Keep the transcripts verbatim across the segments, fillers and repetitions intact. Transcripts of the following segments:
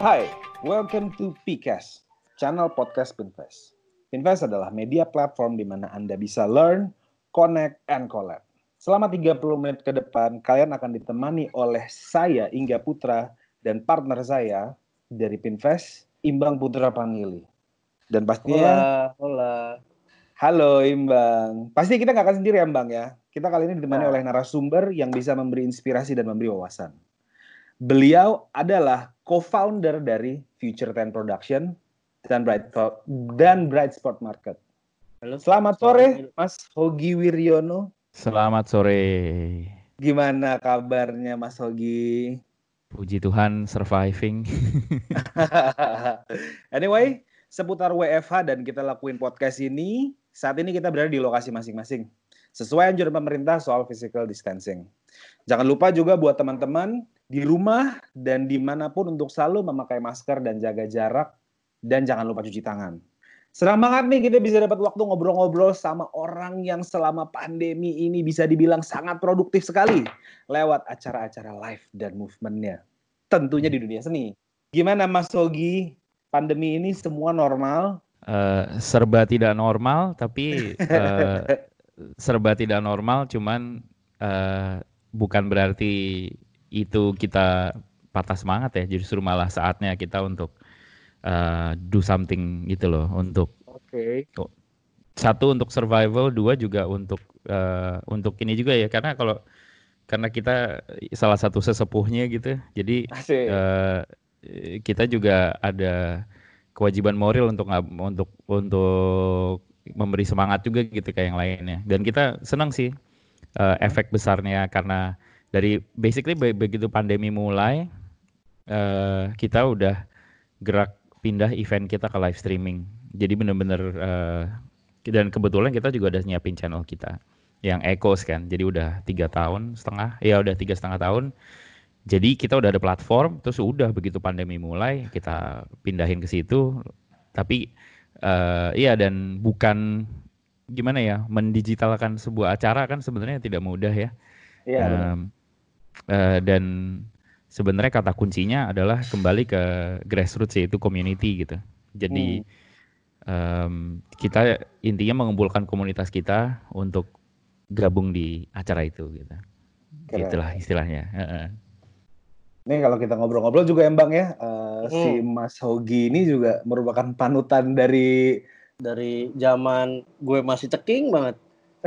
Hai, welcome to Pcast, channel podcast Pinvest. Pinvest adalah media platform di mana Anda bisa learn, connect, and collab. Selama tiga puluh menit ke depan, kalian akan ditemani oleh saya, Ingga Putra, dan partner saya dari Pinvest, Imbang Putra Pangili. Dan pastinya... Hola, hola. Halo Imbang. Pasti kita nggak akan sendiri ya, Bang ya. Kita kali ini ditemani Nah. oleh narasumber yang bisa memberi inspirasi dan memberi wawasan. Beliau adalah co-founder dari Future Ten Production dan Bright dan Bright Sport Market. Halo, Selamat sore, Mas Hogi Wiryono. Selamat sore. Gimana kabarnya, Mas Hogi? Puji Tuhan, surviving. Anyway, seputar W F H dan kita lakuin podcast ini, saat ini kita berada di lokasi masing-masing. Sesuai anjuran pemerintah soal physical distancing. Jangan lupa juga buat teman-teman di rumah dan dimanapun untuk selalu memakai masker dan jaga jarak. Dan jangan lupa cuci tangan. Senang banget nih kita bisa dapat waktu ngobrol-ngobrol sama orang yang selama pandemi ini bisa dibilang sangat produktif sekali. Lewat acara-acara live dan movementnya. Tentunya di dunia seni. Gimana Mas Hogi? Pandemi ini semua normal? Uh, serba tidak normal, tapi uh, serba tidak normal cuman uh, bukan berarti itu kita patah semangat ya, justru malah saatnya kita untuk uh, do something gitu loh, untuk Oke. Okay. Satu untuk survival, dua juga untuk uh, untuk ini juga ya, karena kalau karena kita salah satu sesepuhnya gitu, jadi uh, kita juga ada kewajiban moral untuk untuk untuk memberi semangat juga gitu kayak yang lainnya. Dan kita senang sih uh, efek besarnya karena dari basically begitu pandemi mulai uh, kita udah gerak pindah event kita ke live streaming. Jadi benar-benar uh, dan kebetulan kita juga udah nyiapin channel kita yang Echoes kan. Jadi udah tiga tahun setengah, ya udah tiga setengah tahun. Jadi kita udah ada platform, terus udah begitu pandemi mulai kita pindahin ke situ. Tapi uh, iya dan bukan gimana ya, mendigitalkan sebuah acara kan sebenarnya tidak mudah ya. Iya. Um, uh, dan sebenarnya kata kuncinya adalah kembali ke grassroots, yaitu community gitu. Jadi hmm. um, kita intinya mengumpulkan komunitas kita untuk gabung di acara itu gitu. Keren. Gitulah istilahnya. Uh-uh. Nih kalau kita ngobrol-ngobrol juga ya Bang ya, uh, hmm. si Mas Hogi ini juga merupakan panutan dari dari zaman gue masih ceking banget.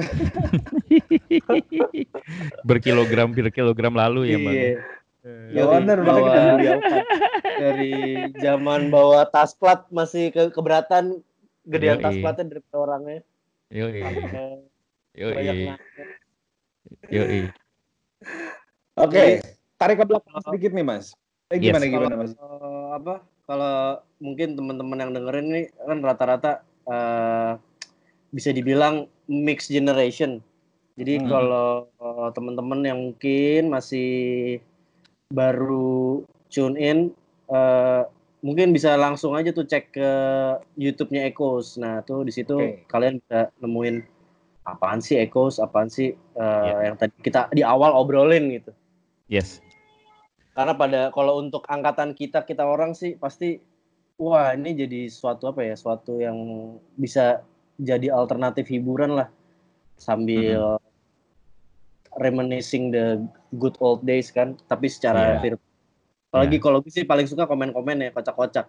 berkilogram berkilogram lalu ya Bang. Iya. Ya benar, makanya kita beliaukan. Dari zaman bawa tas plat masih ke keberatan, gedean tas platnya dari orangnya. Yoi. Yoi. Yoi. Yoi. Oke. Tarik ke belakang sedikit nih Mas. Eh, gimana yes. gimana Mas? Kalau, apa? Kalau mungkin teman-teman yang dengerin nih kan rata-rata uh, bisa dibilang mixed generation. Jadi hmm. kalau uh, teman-teman yang mungkin masih baru tune in, uh, mungkin bisa langsung aja tuh cek ke YouTube-nya Echoes. Nah tuh di situ okay. kalian bisa nemuin apaan sih Echoes, apaan sih uh, yeah. yang tadi kita di awal obrolin gitu. Yes. Karena pada kalau untuk angkatan kita kita orang sih pasti wah ini jadi suatu apa ya, suatu yang bisa jadi alternatif hiburan lah sambil mm-hmm. reminiscing the good old days kan, tapi secara yeah. virtual. Apalagi yeah. kalau gue sih paling suka komen-komen ya kocak-kocak.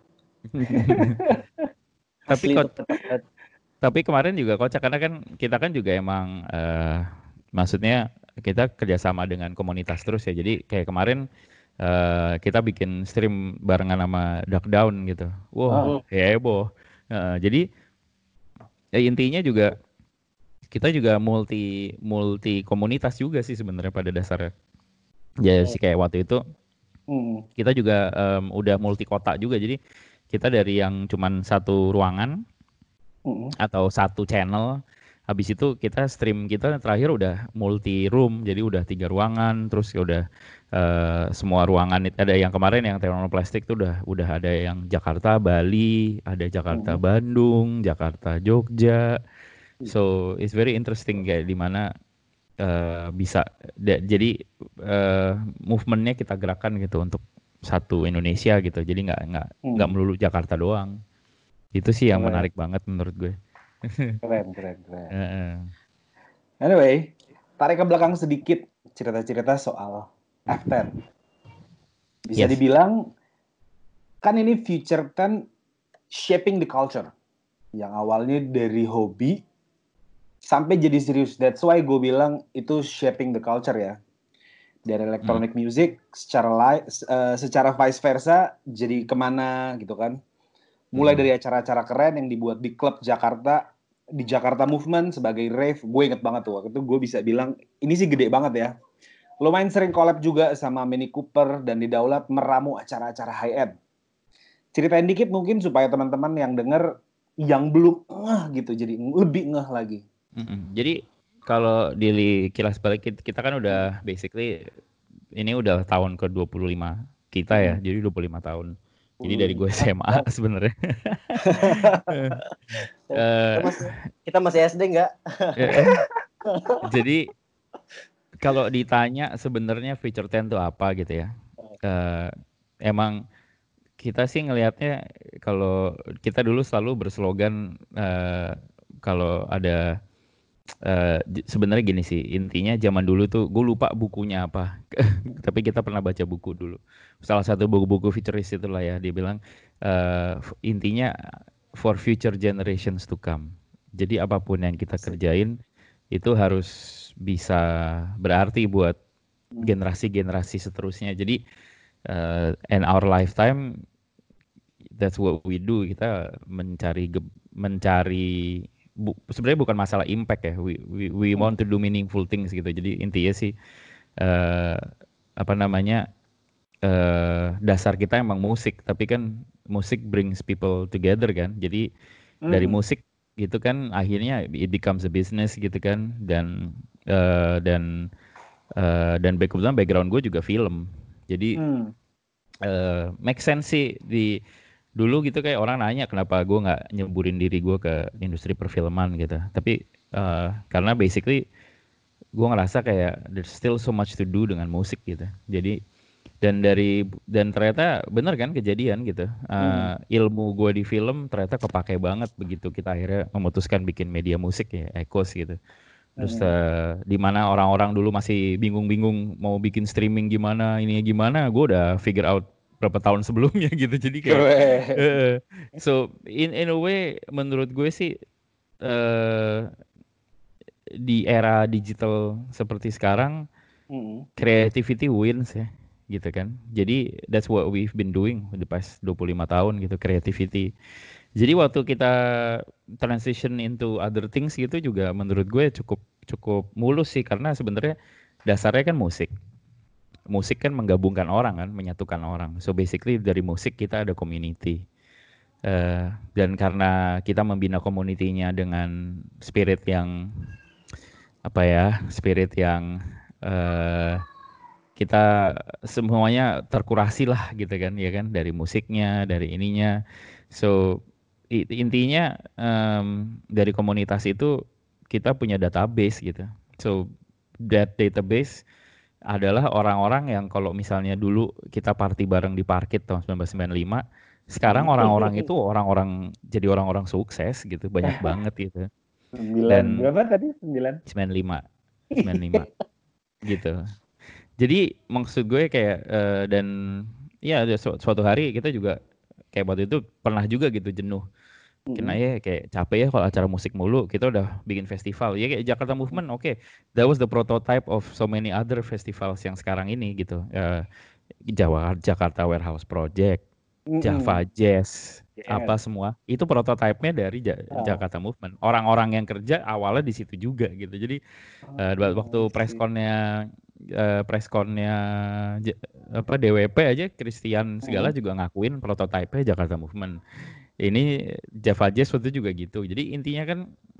Tapi ko- tapi kemarin juga kocak karena kan kita kan juga emang uh, maksudnya kita kerjasama dengan komunitas terus ya, jadi kayak kemarin Uh, kita bikin stream barengan sama Duck Down gitu. Wow, oh. heboh. Uh, jadi ya intinya juga kita juga multi multi komunitas juga sih sebenarnya pada dasarnya. Ya sih kayak waktu itu hmm. kita juga um, udah multi kota juga. Jadi kita dari yang cuman satu ruangan hmm. atau satu channel. Habis itu kita stream kita terakhir udah multi room, jadi udah tiga ruangan, terus ya udah uh, semua ruangan ada yang kemarin yang Teknoplastik tuh udah udah ada yang Jakarta, Bali, ada Jakarta, hmm. Bandung, Jakarta, Jogja. So it's very interesting kayak di mana uh, bisa da, jadi uh, movementnya kita gerakan gitu untuk satu Indonesia gitu. Jadi nggak nggak Hmm. nggak melulu Jakarta doang. Itu sih yang Keren. menarik banget menurut gue. Keren, keren, keren. Heeh. Anyway, tarik ke belakang sedikit cerita-cerita soal F ten. Bisa Yes. dibilang kan ini Future ten shaping the culture. Yang awalnya dari hobi sampai jadi serius. That's why gue bilang itu shaping the culture ya. Dari electronic Hmm. music secara li- uh, secara vice versa jadi kemana gitu kan. Mulai Hmm. dari acara-acara keren yang dibuat di klub Jakarta, di Jakarta Movement sebagai rave. Gue inget banget tuh waktu itu gue bisa bilang ini sih gede banget ya. Lumayan sering collab juga sama Mini Cooper dan di Daulat meramu acara-acara high end. Ceritain dikit mungkin supaya teman-teman yang denger yang belum ngeh gitu jadi lebih ngeh lagi. Mm-mm. Jadi kalau di kilas balik kita, kita kan udah basically ini udah tahun ke dua puluh lima kita ya. Hmm. Jadi dua puluh lima tahun. Jadi dari gue S M A sebenarnya. Kita masih, kita masih S D nggak? Jadi kalau ditanya sebenarnya Future ten itu apa gitu ya. Uh, emang kita sih ngelihatnya kalau kita dulu selalu berslogan uh, kalau ada uh, sebenarnya gini sih, intinya zaman dulu tuh gue lupa bukunya apa. Tapi kita pernah baca buku dulu. Salah satu buku-buku futuris itulah ya, dia bilang uh, intinya for future generations to come. Jadi apapun yang kita kerjain itu harus bisa berarti buat generasi-generasi seterusnya. Jadi uh, in our lifetime that's what we do. Kita mencari mencari bu, sebenarnya bukan masalah impact ya. We we, we want to do meaningful things gitu. Jadi intinya sih uh, apa namanya uh, dasar kita emang musik, tapi kan musik brings people together kan. Jadi hmm. dari musik gitu kan akhirnya it becomes a business gitu kan, dan uh, dan uh, dan kebetulan background gue juga film. Jadi hmm. uh, make sense sih di dulu gitu kayak orang nanya kenapa gue nggak nyeburin diri gue ke industri perfilman gitu. Tapi uh, karena basically gue ngerasa kayak there's still so much to do dengan musik gitu. Jadi dan dari dan ternyata bener kan kejadian gitu. Uh, hmm. Ilmu gue di film ternyata kepake banget begitu kita akhirnya memutuskan bikin media musik ya, Echos gitu. Terus uh, di mana orang-orang dulu masih bingung-bingung mau bikin streaming gimana, ini gimana, gue udah figure out berapa tahun sebelumnya gitu. Jadi kayak uh, so in in a way menurut gue sih uh, di era digital seperti sekarang mm. creativity wins ya gitu kan. Jadi that's what we've been doing the past dua puluh lima tahun gitu, creativity. Jadi waktu kita transition into other things gitu juga menurut gue cukup cukup mulus sih, karena sebenarnya dasarnya kan musik. Musik kan menggabungkan orang kan, menyatukan orang. So basically dari musik kita ada community. Uh, dan karena kita membina community-nya dengan spirit yang apa ya, spirit yang uh, kita semuanya terkurasi lah gitu kan, ya kan, dari musiknya, dari ininya. So intinya um, dari komunitas itu kita punya database gitu. So that database adalah orang-orang yang kalau misalnya dulu kita party bareng di Parkit tahun sembilan belas sembilan puluh lima, sekarang orang-orang itu orang-orang jadi orang-orang sukses gitu, banyak banget gitu. Dan berapa tadi? sembilan sembilan puluh lima sembilan puluh lima gitu. Jadi maksud gue kayak uh, dan ya su- suatu hari kita juga kayak waktu itu pernah juga gitu jenuh. Kena ya kayak capek ya kalau acara musik mulu, kita udah bikin festival. Ya kayak Jakarta Movement, oke. Okay. That was the prototype of so many other festivals yang sekarang ini gitu. Uh, Jawa Jakarta Warehouse Project, mm-hmm. Java Jazz, yeah. apa semua. Itu prototipenya dari ja- oh. Jakarta Movement. Orang-orang yang kerja awalnya di situ juga gitu. Jadi uh, waktu pressconnya uh, pressconnya j- apa D W P aja Christian segala mm-hmm. juga ngakuin prototipenya Jakarta Movement. Ini Java Jazz waktu itu juga gitu. Jadi intinya kan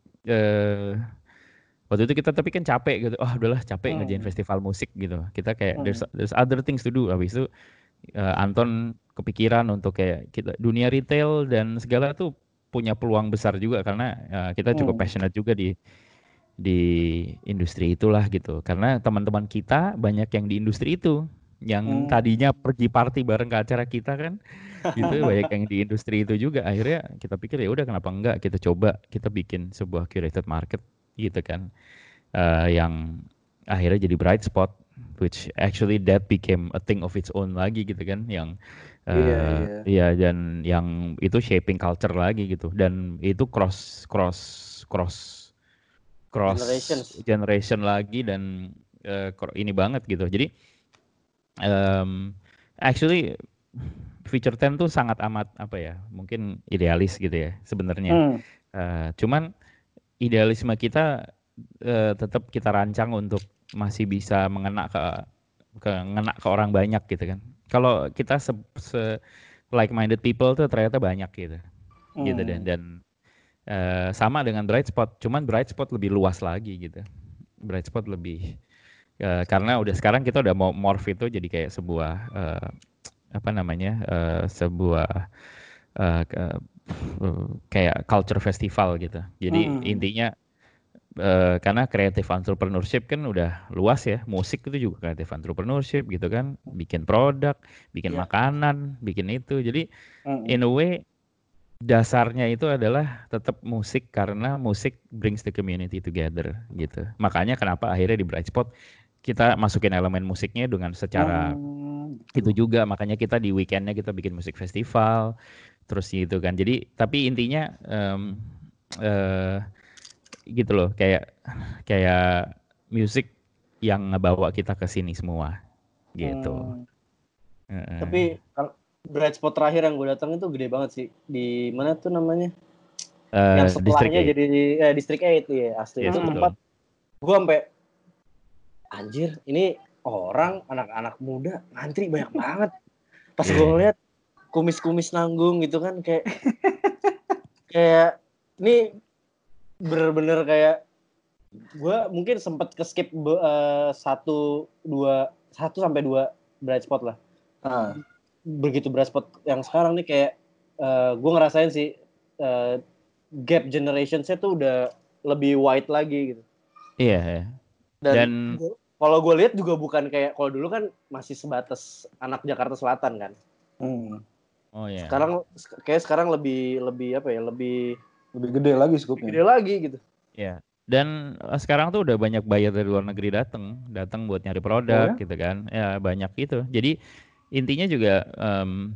uh, waktu itu kita tapi kan capek gitu. Oh udahlah capek hmm. ngerjain festival musik gitu. Kita kayak hmm. there's, there's other things to do. Habis itu uh, Anton kepikiran untuk kayak kita dunia retail dan segala tuh punya peluang besar juga karena uh, kita cukup hmm. passionate juga di di industri itulah gitu. Karena teman-teman kita banyak yang di industri itu. yang Hmm. tadinya pergi party bareng ke acara kita kan, gitu banyak yang di industri itu juga. Akhirnya kita pikir ya udah kenapa enggak kita coba kita bikin sebuah curated market gitu kan, Eh, yang akhirnya jadi bright spot, which actually that became a thing of its own lagi gitu kan, yang Iya, eh iya. ya dan yang itu shaping culture lagi gitu, dan itu cross cross cross cross Generations. generation lagi dan eh, kro- ini banget gitu. Jadi em, actually Feature ten tuh sangat amat apa ya, mungkin idealis gitu ya sebenarnya. Hmm. Eh, cuman idealisme kita eh, tetap kita rancang untuk masih bisa mengena ke ke ngena ke orang banyak gitu kan. Kalau kita se, se like-minded people tuh ternyata banyak gitu, gitu dan Hmm. dan eh, sama dengan Bright Spot, cuman Bright Spot lebih luas lagi gitu. Bright Spot lebih eh, karena udah sekarang kita udah mau morph itu jadi kayak sebuah eh, apa namanya eh, sebuah eh, ke- eh, kayak culture festival gitu. Jadi Hmm. intinya eh, karena creative entrepreneurship kan udah luas ya, musik itu juga creative entrepreneurship gitu kan, bikin produk, bikin Iya. makanan, bikin itu. Jadi Hmm. in a way dasarnya itu adalah tetap musik karena musik brings the community together gitu. Makanya kenapa akhirnya di Bright Spot kita masukin elemen musiknya dengan secara Hmm. itu juga, makanya kita di weekendnya kita bikin musik festival terus gitu kan. Jadi tapi intinya em, eh, gitu loh, kayak kayak musik yang ngebawa kita ke sini semua gitu. Hmm. Heeh. Tapi kalau bright spot terakhir yang gue datang itu gede banget sih. Di mana tuh namanya? Eh, Yang District setelahnya eight. jadi eh, District eight ya, asli. Yes, Itu Hmm. betul. tempat gue sampai anjir, ini orang anak-anak muda ngantri banyak banget. Pas gue Iya. ngeliat kumis-kumis nanggung gitu kan, kayak kayak ini bener-bener kayak gue mungkin sempet ke skip be- eh, satu dua satu sampai dua bright spot lah. Ah. Begitu bright spot yang sekarang nih kayak eh, gue ngerasain sih eh, gap generation-nya tuh udah lebih wide lagi gitu. Iya, ya. Dan Dan gua- kalau gue lihat juga bukan kayak kalau dulu kan masih sebatas anak Jakarta Selatan kan. Hmm. oh ya. Sekarang kayak sekarang lebih lebih apa ya, lebih Lebih gede lagi lebih skupnya. gede lagi gitu. Ya. Dan eh, sekarang tuh udah banyak buyer dari luar negeri datang, datang buat nyari produk Oh ya? gitu kan. Ya banyak gitu. Jadi intinya juga em,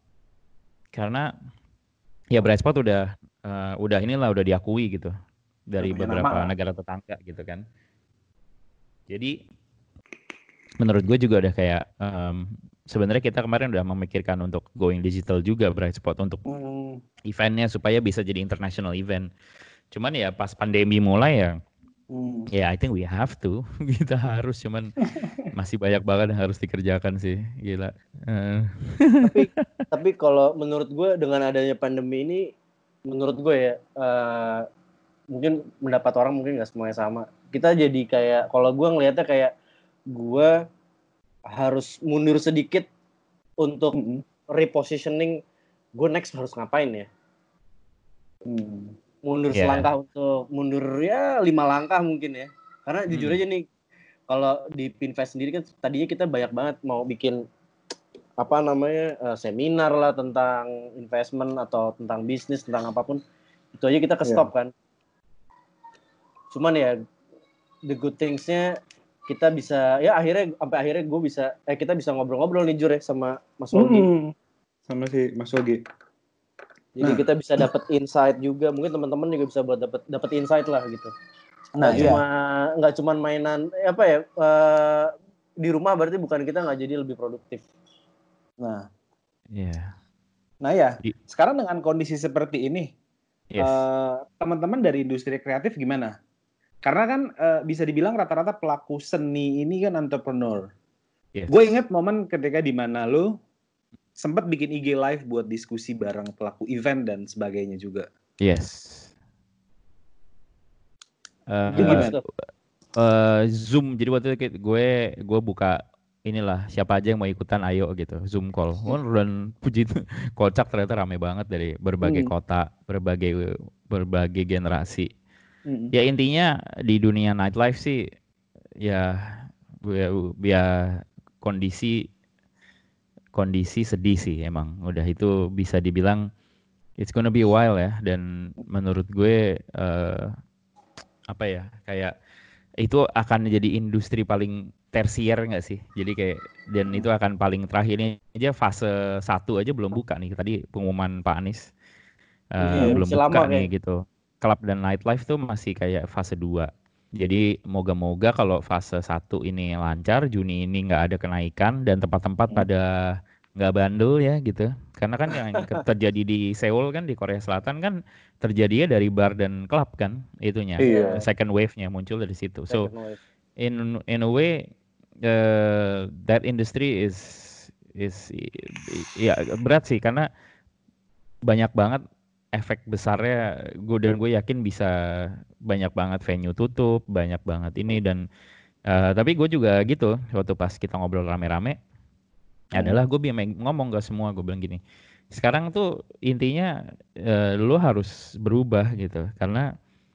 karena ya Bright Spot udah eh, udah inilah udah diakui gitu Udah dari punya nama beberapa lah. negara tetangga gitu kan. Jadi menurut gue juga udah kayak em, sebenarnya kita kemarin udah memikirkan untuk going digital juga Bright Spot untuk Hmm. eventnya supaya bisa jadi international event. Cuman ya pas pandemi mulai ya Hmm. ya I think we have to kita harus, cuman masih banyak banget yang harus dikerjakan sih, gila. Eh, Tapi tapi kalau menurut gue dengan adanya pandemi ini, menurut gue ya eh, mungkin pendapat orang mungkin nggak semuanya sama. Kita jadi kayak kalau gue ngelihatnya kayak gue harus mundur sedikit untuk Hmm. repositioning gue next harus ngapain ya. Hmm. Mundur ya selangkah untuk mundur ya lima langkah mungkin ya. Karena jujur Hmm. aja nih kalau di Pinvest sendiri kan tadinya kita banyak banget mau bikin apa namanya eh, seminar lah tentang investment atau tentang bisnis tentang apapun, itu aja kita ke Iya. stop kan. Cuman ya the good things-nya kita bisa ya akhirnya sampai akhirnya gue bisa eh kita bisa ngobrol-ngobrol nih Jur ya sama Mas Wogi. Hmm. Sama si Mas Wogi. Jadi Nah. kita bisa dapat insight juga, mungkin teman-teman juga bisa buat dapat dapat insight lah gitu. Nah, Nggak iya. cuma nggak cuma mainan eh, apa ya eh, di rumah berarti bukan kita nggak jadi lebih produktif. Nah, ya nah ya. Di- Sekarang dengan kondisi seperti ini, yes eh, teman-teman dari industri kreatif gimana? Karena kan eh, bisa dibilang rata-rata pelaku seni ini kan entrepreneur. yes Gue inget momen ketika di mana lu sempat bikin I G live buat diskusi bareng pelaku event dan sebagainya juga. yes Eh, Itu gimana? eh, Zoom, jadi waktu itu gue gue buka inilah siapa aja yang mau ikutan ayo gitu, Zoom call. Oh, dan puji tuh, kocak ternyata rame banget dari berbagai Hmm. kota, berbagai berbagai generasi. Hmm. Ya intinya di dunia nightlife sih ya biar, biar kondisi kondisi sedih sih emang. Udah itu bisa dibilang it's gonna be a while ya. Dan menurut gue uh, apa ya, kayak itu akan jadi industri paling tersier nggak sih? Jadi kayak dan itu akan paling terakhir ini aja fase satu aja belum buka nih. Tadi pengumuman Pak Anies uh, Iya, belum masih buka lama nih kayak. gitu. Club dan nightlife tuh masih kayak fase dua. Jadi moga-moga kalau fase satu ini lancar, Juni ini nggak ada kenaikan dan tempat-tempat Hmm. pada nggak bandel ya gitu. Karena kan yang ke- terjadi di Seoul kan di Korea Selatan kan terjadinya dari bar dan klub kan itunya. Iya. Iya, Second wave-nya muncul dari situ. So second wave. in in a way uh, that industry is is ya berat sih karena banyak banget efek besarnya gue dan gue yakin bisa banyak banget venue tutup, banyak banget ini dan eh, tapi gue juga gitu waktu pas kita ngobrol rame-rame adalah gue bilang ngomong ke semua gue bilang gini. Sekarang tuh intinya eh, lo harus berubah gitu karena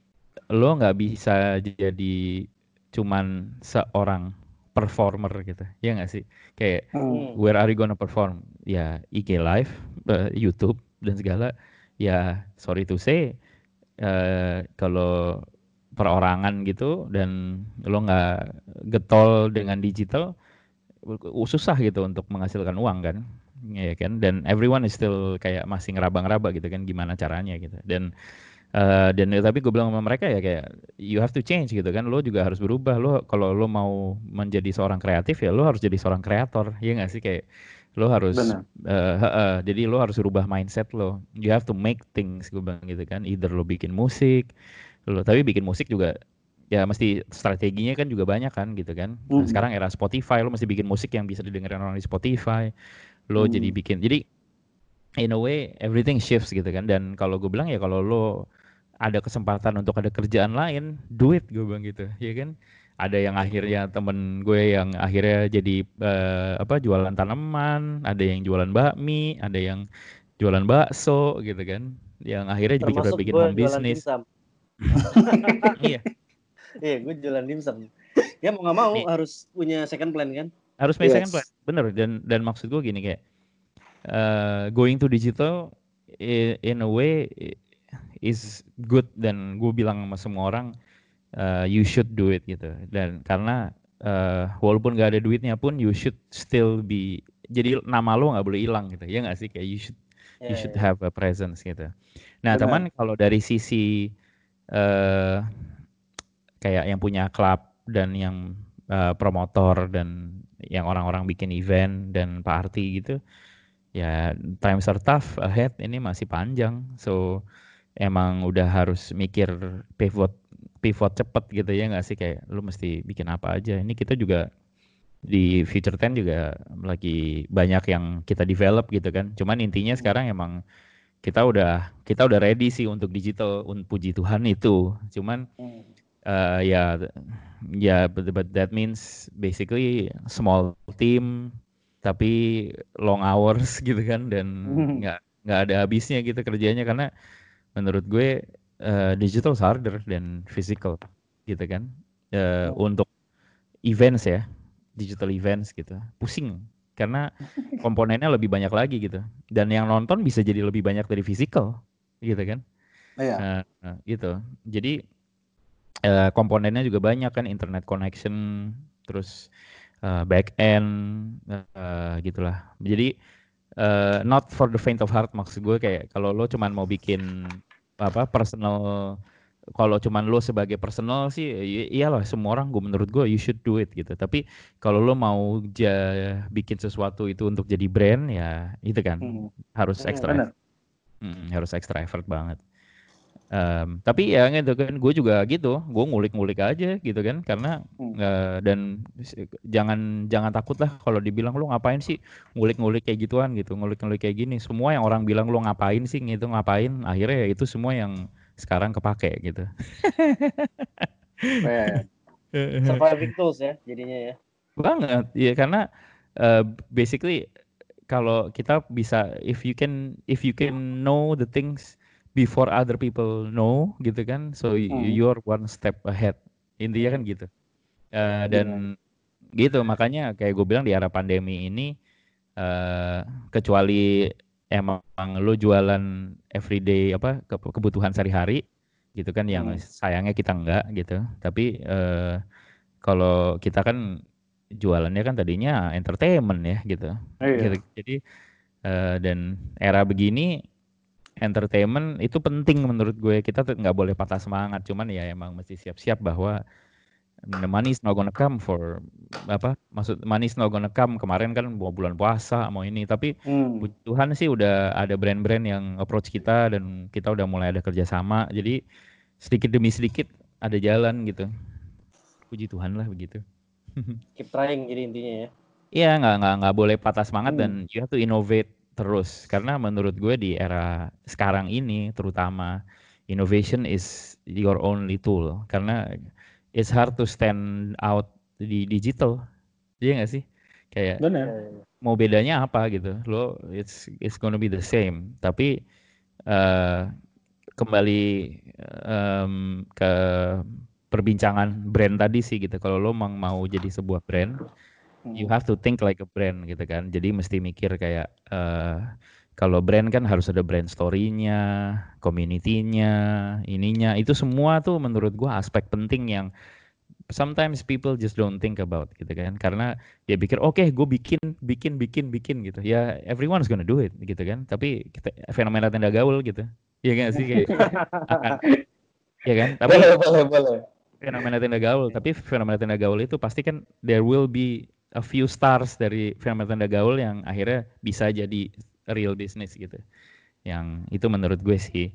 lo nggak bisa jadi cuman seorang performer gitu. Ya nggak sih? Kayak Hmm. where are you gonna perform? Ya I G Live, eh, YouTube dan segala. Ya sorry to say, eh, kalau perorangan gitu dan lo nggak getol dengan digital, u- susah gitu untuk menghasilkan uang kan, ya kan? Dan everyone is still kayak masih ngeraba-ngeraba gitu kan, gimana caranya gitu. Dan eh, dan tapi gue bilang sama mereka ya kayak you have to change gitu kan, lo juga harus berubah. Lo kalau lo mau menjadi seorang kreatif ya lo harus jadi seorang kreator, ya nggak sih kayak lo harus Benar. eh, he- he, jadi lo harus rubah mindset lo. You have to make things gue bilang gitu kan. Either lo bikin musik, lo tapi bikin musik juga ya mesti strateginya kan juga banyak kan gitu kan. Nah, Mm-mm. sekarang era Spotify lo mesti bikin musik yang bisa didengarkan orang di Spotify. Lo jadi Mm. bikin. Jadi in a way everything shifts gitu kan. Dan kalau gue bilang ya kalau lo ada kesempatan untuk ada kerjaan lain, do it gue bilang gitu, ya kan? Ada yang akhirnya temen gue yang akhirnya jadi eh, apa jualan tanaman, ada yang jualan bakmi, ada yang jualan bakso gitu kan, yang akhirnya juga coba Termasuk bikin gue home jualan business. dimsum. Iya, Iya, gue jualan dimsum. Ya mau nggak mau nih harus punya second plan kan? harus punya second plan, Yes. bener. Dan dan maksud gue gini kayak eh, going to digital i- in a way is good dan gue bilang sama semua orang uh, you should do it gitu dan karena uh, walaupun gak ada duitnya pun you should still be jadi nama lo nggak boleh hilang gitu ya nggak sih kayak you should you Ya, should ya. have a presence gitu. Nah Benar. teman kalau dari sisi uh, kayak yang punya klub dan yang uh, promotor dan yang orang-orang bikin event dan party gitu ya times are tough ahead ini masih panjang so emang udah harus mikir pivot pivot cepet gitu ya nggak sih kayak lu mesti bikin apa aja. Ini kita juga di Future Ten juga lagi banyak yang kita develop gitu kan. Cuman intinya sekarang emang kita udah kita udah ready sih untuk digital, un- puji Tuhan itu. Cuman Mm. eh, ya ya but, but that means basically small team tapi long hours gitu kan dan Mm. nggak nggak ada habisnya gitu kerjanya karena menurut gue eh, digital harder dan physical gitu kan. Eh, untuk events ya, digital events gitu. Pusing karena komponennya lebih banyak lagi gitu. Dan yang nonton bisa jadi lebih banyak dari physical gitu kan. Iya. Eh, eh, gitu. Jadi eh, komponennya juga banyak kan internet connection terus eh, back end eh, gitulah. Jadi eh, not for the faint of heart maksud gue kayak kalau lo cuman mau bikin apa personal kalau cuman lo sebagai personal sih i- iyalah semua orang gue menurut gue you should do it gitu tapi kalau lo mau ja- bikin sesuatu itu untuk jadi brand ya itu kan Mm. harus Hmm. extra Benar. effort. Mm, harus extra effort banget. Em, tapi ya gitu kan gue juga gitu gue ngulik-ngulik aja gitu kan karena Mm. eh, dan s- jangan jangan takut lah kalau dibilang lo ngapain sih ngulik-ngulik kayak gituan gitu ngulik-ngulik kayak gini semua yang orang bilang lo ngapain sih gitu ngapain akhirnya ya itu semua yang sekarang kepake gitu. Keren. Surviving tools ya jadinya ya. Banget ya karena eh, basically kalau kita bisa if you can if you can know the things before other people know gitu kan so y- Mm. you're one step ahead intinya kan gitu. Eh, Benar. dan gitu makanya kayak gue bilang di era pandemi ini uh, kecuali emang lo jualan everyday apa ke- kebutuhan sehari-hari gitu kan, yang Hmm. sayangnya kita enggak gitu. Tapi uh, kalau kita kan jualannya kan tadinya entertainment ya gitu. Iya. Gitu. Jadi uh, dan era begini entertainment itu penting menurut gue. Kita tuh nggak boleh patah semangat. Cuman ya emang mesti siap-siap bahwa the money is not gonna come for apa? Maksud money is not gonna come. Kemarin kan mau bulan puasa mau ini. Tapi Hmm. puji Tuhan sih udah ada brand-brand yang approach kita dan kita udah mulai ada kerjasama. Jadi sedikit demi sedikit ada jalan gitu. Puji Tuhan lah begitu. Keep trying jadi intinya ya. Iya, nggak nggak nggak boleh patah semangat Hmm. dan you have to innovate terus. Karena menurut gue di era sekarang ini terutama innovation is your only tool. Karena it's hard to stand out di digital. Iya nggak sih? Kayak Benar. Ya, ya. mau bedanya apa gitu. Lo it's it's gonna be the same. Tapi eh, kembali em, ke perbincangan brand tadi sih gitu. Kalau lo emang mau jadi sebuah brand, you have to think like a brand gitu kan. Jadi mesti mikir kayak eh kalau brand kan harus ada brand story-nya, community-nya, ininya. Itu semua tuh menurut gua aspek penting yang sometimes people just don't think about gitu kan. Karena dia pikir oke okay, gue bikin, bikin, bikin, bikin gitu. Ya everyone's gonna do it gitu kan. Tapi kita, fenomena tenda gaul gitu. Iya kan sih kayak akan, ya kan. Tapi Boleh, boleh, boleh. fenomena tenda gaul, tapi fenomena tenda gaul itu pasti kan there will be a few stars dari fenomena tenda gaul yang akhirnya bisa jadi real business gitu. Yang itu menurut gue sih.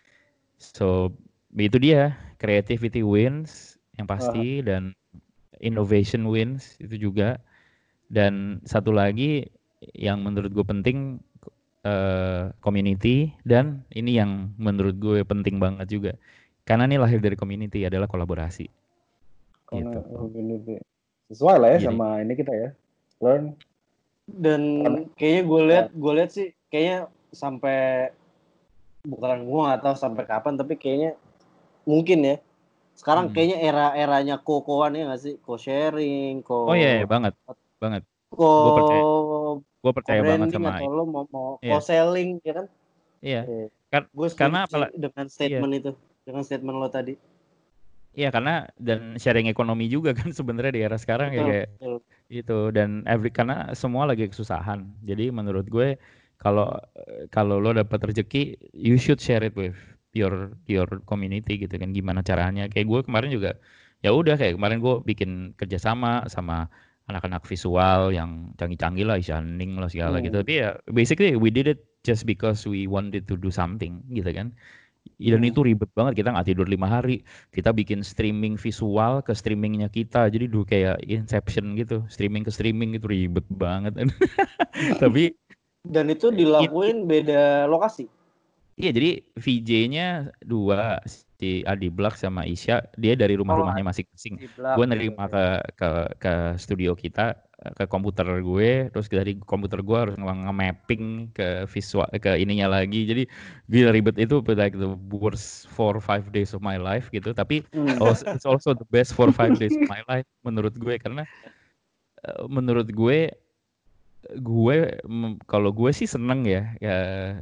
So itu dia, creativity wins yang pasti dan innovation wins itu juga. Dan satu lagi yang menurut gue penting eh, community, dan ini yang menurut gue penting banget juga. Karena ini lahir dari community adalah kolaborasi. Karena Gitu. community. Sesuai lah ya Jadi- sama ini kita ya. Learn. Dan kayaknya gue lihat gue lihat sih kayaknya sampai bukan gue nggak tahu sampai kapan, tapi kayaknya mungkin ya sekarang Hmm. kayaknya era-eranya ko-koan ya nggak sih, co-sharing, ko Oh iya, iya, banget, banget. ko Gue percaya, gue percaya banget co-branding sama atau lo mau mau Iya. co-selling ya kan? iya. Eh, Kar- gue setuju karena sih apalah, dengan statement itu, dengan statement lo tadi. iya karena dan sharing ekonomi juga kan sebenarnya di era sekarang ya Betul, kayak betul. itu, dan every karena semua lagi kesusahan. Jadi menurut gue kalau kalau lo dapat rezeki, you should share it with your your community gitu kan, gimana caranya. Kayak gue kemarin juga ya udah kayak kemarin gue bikin kerjasama sama anak-anak visual yang canggih-canggih lah, Ishaning lah segala Hmm. gitu. Tapi ya basically we did it just because we wanted to do something gitu kan. Dan Hmm. itu ribet banget, kita nggak tidur lima hari. Kita bikin streaming visual ke streamingnya kita, jadi dulu kayak Inception gitu, streaming ke streaming gitu ribet banget. Tapi Dan itu dilakuin beda lokasi. iya, jadi V J-nya dua, si Adi Blak sama Isya, dia dari rumah-rumahnya masing-masing. Di belakang. Gue nerima ke ke ke studio kita, ke komputer gue, terus dari komputer gue harus nge-mapping ke visual, ke ininya lagi. Jadi gila ribet itu, like the worst four five days of my life gitu. Tapi Hmm. also, it's also the best four five days of my life menurut gue, karena uh, menurut gue gue mm, kalau gue sih seneng ya, ya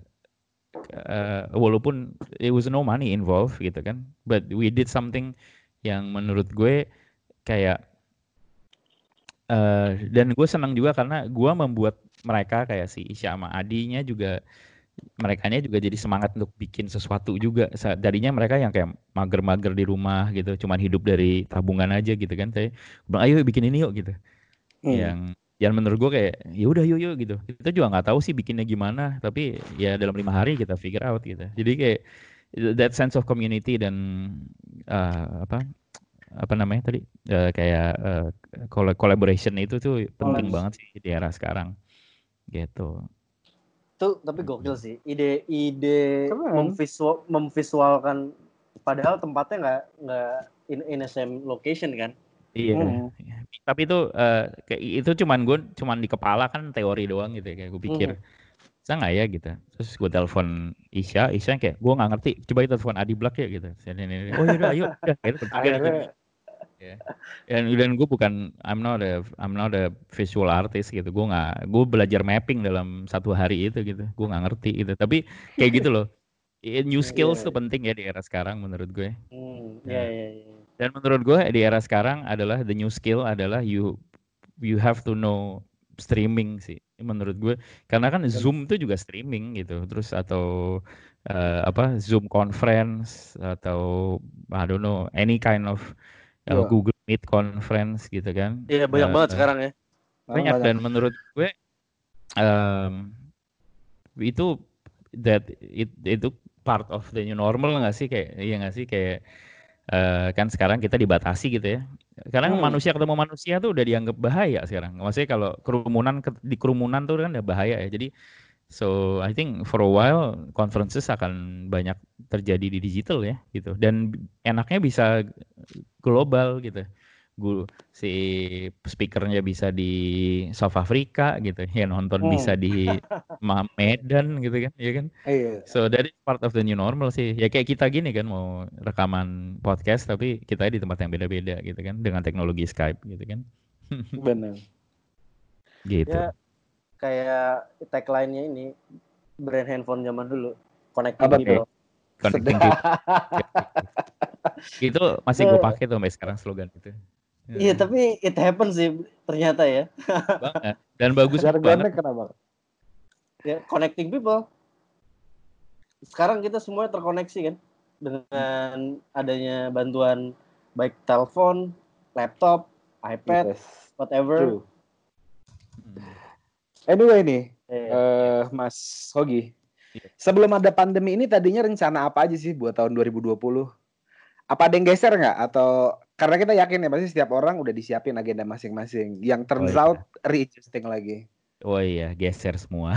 uh, walaupun it was no money involved gitu kan, but we did something yang menurut gue kayak uh, dan gue senang juga karena gue membuat mereka kayak si Isya sama Adinya juga, merekanya juga jadi semangat untuk bikin sesuatu juga. Sa- Tadinya mereka yang kayak mager-mager di rumah gitu, cuman hidup dari tabungan aja gitu kan. Saya bilang ayo bikin ini yuk gitu. Hmm. Yang yang menurut gue kayak ya udah yuk yuk gitu. Kita juga nggak tahu sih bikinnya gimana, tapi ya dalam lima hari kita figure out gitu. Jadi kayak that sense of community dan uh, apa apa namanya tadi uh, kayak uh, colla- collaboration itu tuh penting Collabs. banget sih di era sekarang gitu. Itu tapi gokil sih ide-ide Keren. memvisual, memvisualkan padahal tempatnya nggak nggak in, in the same location kan. Iya. Hmm. Tapi itu eh, kayak itu cuman gue cuman di kepala kan teori doang gitu ya, kayak gue pikir bisa nggak ya gitu. Terus gue telepon Isya, Isya kayak gue nggak ngerti, coba kita telepon Adi Blak ya gitu. Oh yaudah ayo, udah kayak bertiga nih. Akhirnya Yeah. Dan dan gue bukan I'm not a I'm not a visual artist gitu. Gue nggak gue belajar mapping dalam satu hari itu gitu. Gue nggak ngerti gitu. Tapi kayak gitu loh. New skills Iya. tuh penting ya di era sekarang menurut gue. Hmm, ya Nah, ya ya. dan menurut gue di era sekarang adalah the new skill adalah you you have to know streaming sih menurut gue. Karena kan Zoom itu juga streaming gitu. Terus atau uh, apa Zoom conference atau I don't know any kind of uh, Wah, Google Meet conference gitu kan. Iya banyak Uh, banget sekarang ya. banyak banyak. dan menurut gue um, itu that it, itu part of the new normal nggak sih kayak iya nggak sih kayak uh, kan sekarang kita dibatasi gitu ya. Karena Hmm. manusia ketemu manusia tuh udah dianggap bahaya sekarang. Maksudnya kalau kerumunan ke- di kerumunan tuh kan udah bahaya ya. Jadi so I think for a while conferences akan banyak terjadi di digital ya gitu. Dan enaknya bisa global gitu. Gu- si speakernya bisa di South Africa gitu ya nonton Hmm. bisa di Ma- Medan gitu kan ya kan Iya. so that is part of the new normal sih ya kayak kita gini kan mau rekaman podcast tapi kita di tempat yang beda-beda gitu kan dengan teknologi Skype gitu kan Benar. gitu Ya kayak tagline-nya ini brand handphone zaman dulu, connecting Apa people. connecting people itu masih gue pakai tuh sampai sekarang slogan itu Iya, tapi it happens sih ternyata ya. banget dan bagus Jargonnya banget kenapa? Ya, connecting people. Sekarang kita semua terkoneksi kan dengan adanya bantuan baik telepon, laptop, iPad, Yes. whatever. True. Anyway nih, Eh, eh, Mas Hogi, Iya. sebelum ada pandemi ini tadinya rencana apa aja sih buat tahun dua ribu dua puluh? Apa ada yang geser nggak? Atau karena kita yakin ya pasti setiap orang udah disiapin agenda masing-masing. Yang turns Oh, iya. out readjusting lagi. Oh iya, geser semua.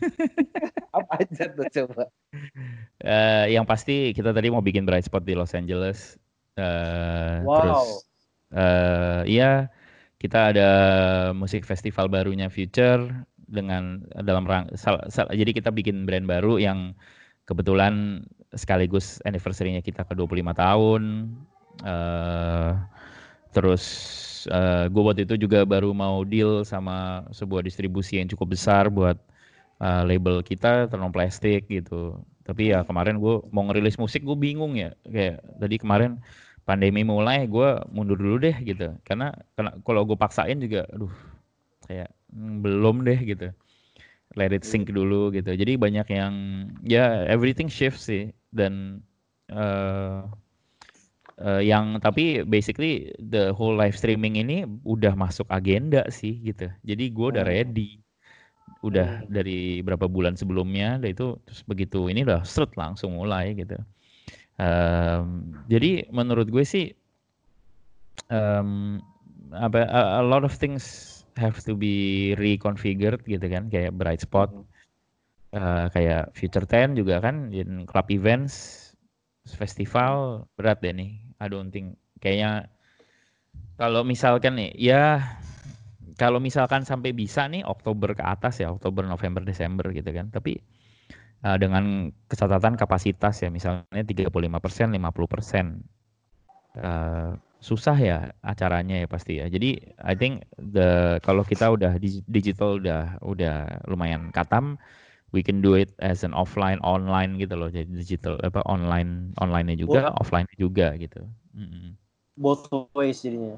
Apa aja tuh coba? Eh, yang pasti kita tadi mau bikin bright spot di Los Angeles. Eh, Wow. Terus, eh, iya kita ada musik festival barunya Future dengan dalam rang, sal- sal- jadi kita bikin brand baru yang kebetulan sekaligus anniversary-nya kita ke dua puluh lima tahun. Eh, terus eh, gue waktu itu juga baru mau deal sama sebuah distribusi yang cukup besar buat uh, label kita Terno Plastik gitu. Tapi ya kemarin gue mau ngerilis musik gue bingung ya. Kayak tadi kemarin pandemi mulai gue mundur dulu deh gitu. Karena, karena kalau gue paksain juga aduh kayak hmm, belum deh gitu. Let it sink dulu gitu. Jadi banyak yang ya everything shift sih dan uh, uh, yang tapi basically the whole live streaming ini udah masuk agenda sih gitu. Jadi gue udah Hmm. ready udah Hmm. dari berapa bulan sebelumnya dan itu terus begitu ini udah seret langsung mulai gitu. Um, jadi menurut gue sih um, apa a, a lot of things have to be reconfigured gitu kan kayak bright spot Hmm. uh, kayak Future ten juga kan in club events festival berat deh nih. I don't think kayaknya kalau misalkan nih ya kalau misalkan sampai bisa nih Oktober ke atas ya Oktober November Desember gitu kan tapi uh, dengan catatan kapasitas ya misalnya tiga puluh lima persen lima puluh persen uh, susah ya acaranya ya pasti ya jadi I think the kalau kita udah di- digital udah udah lumayan katam we can do it as an offline online gitu loh jadi digital apa online online-nya juga Both, offline-nya juga gitu. Mm-mm. both ways jadinya.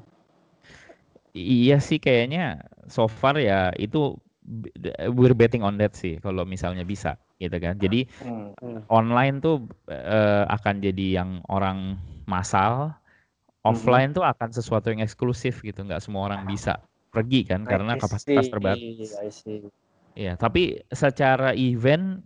Iya sih kayaknya so far ya itu b- we're betting on that sih kalau misalnya bisa gitu kan. Jadi Hmm. Hmm. online tuh eh, akan jadi yang orang massal, offline tuh akan sesuatu yang eksklusif gitu. Nggak semua orang bisa pergi kan karena I kapasitas see, terbatas. I see. Iya, tapi secara event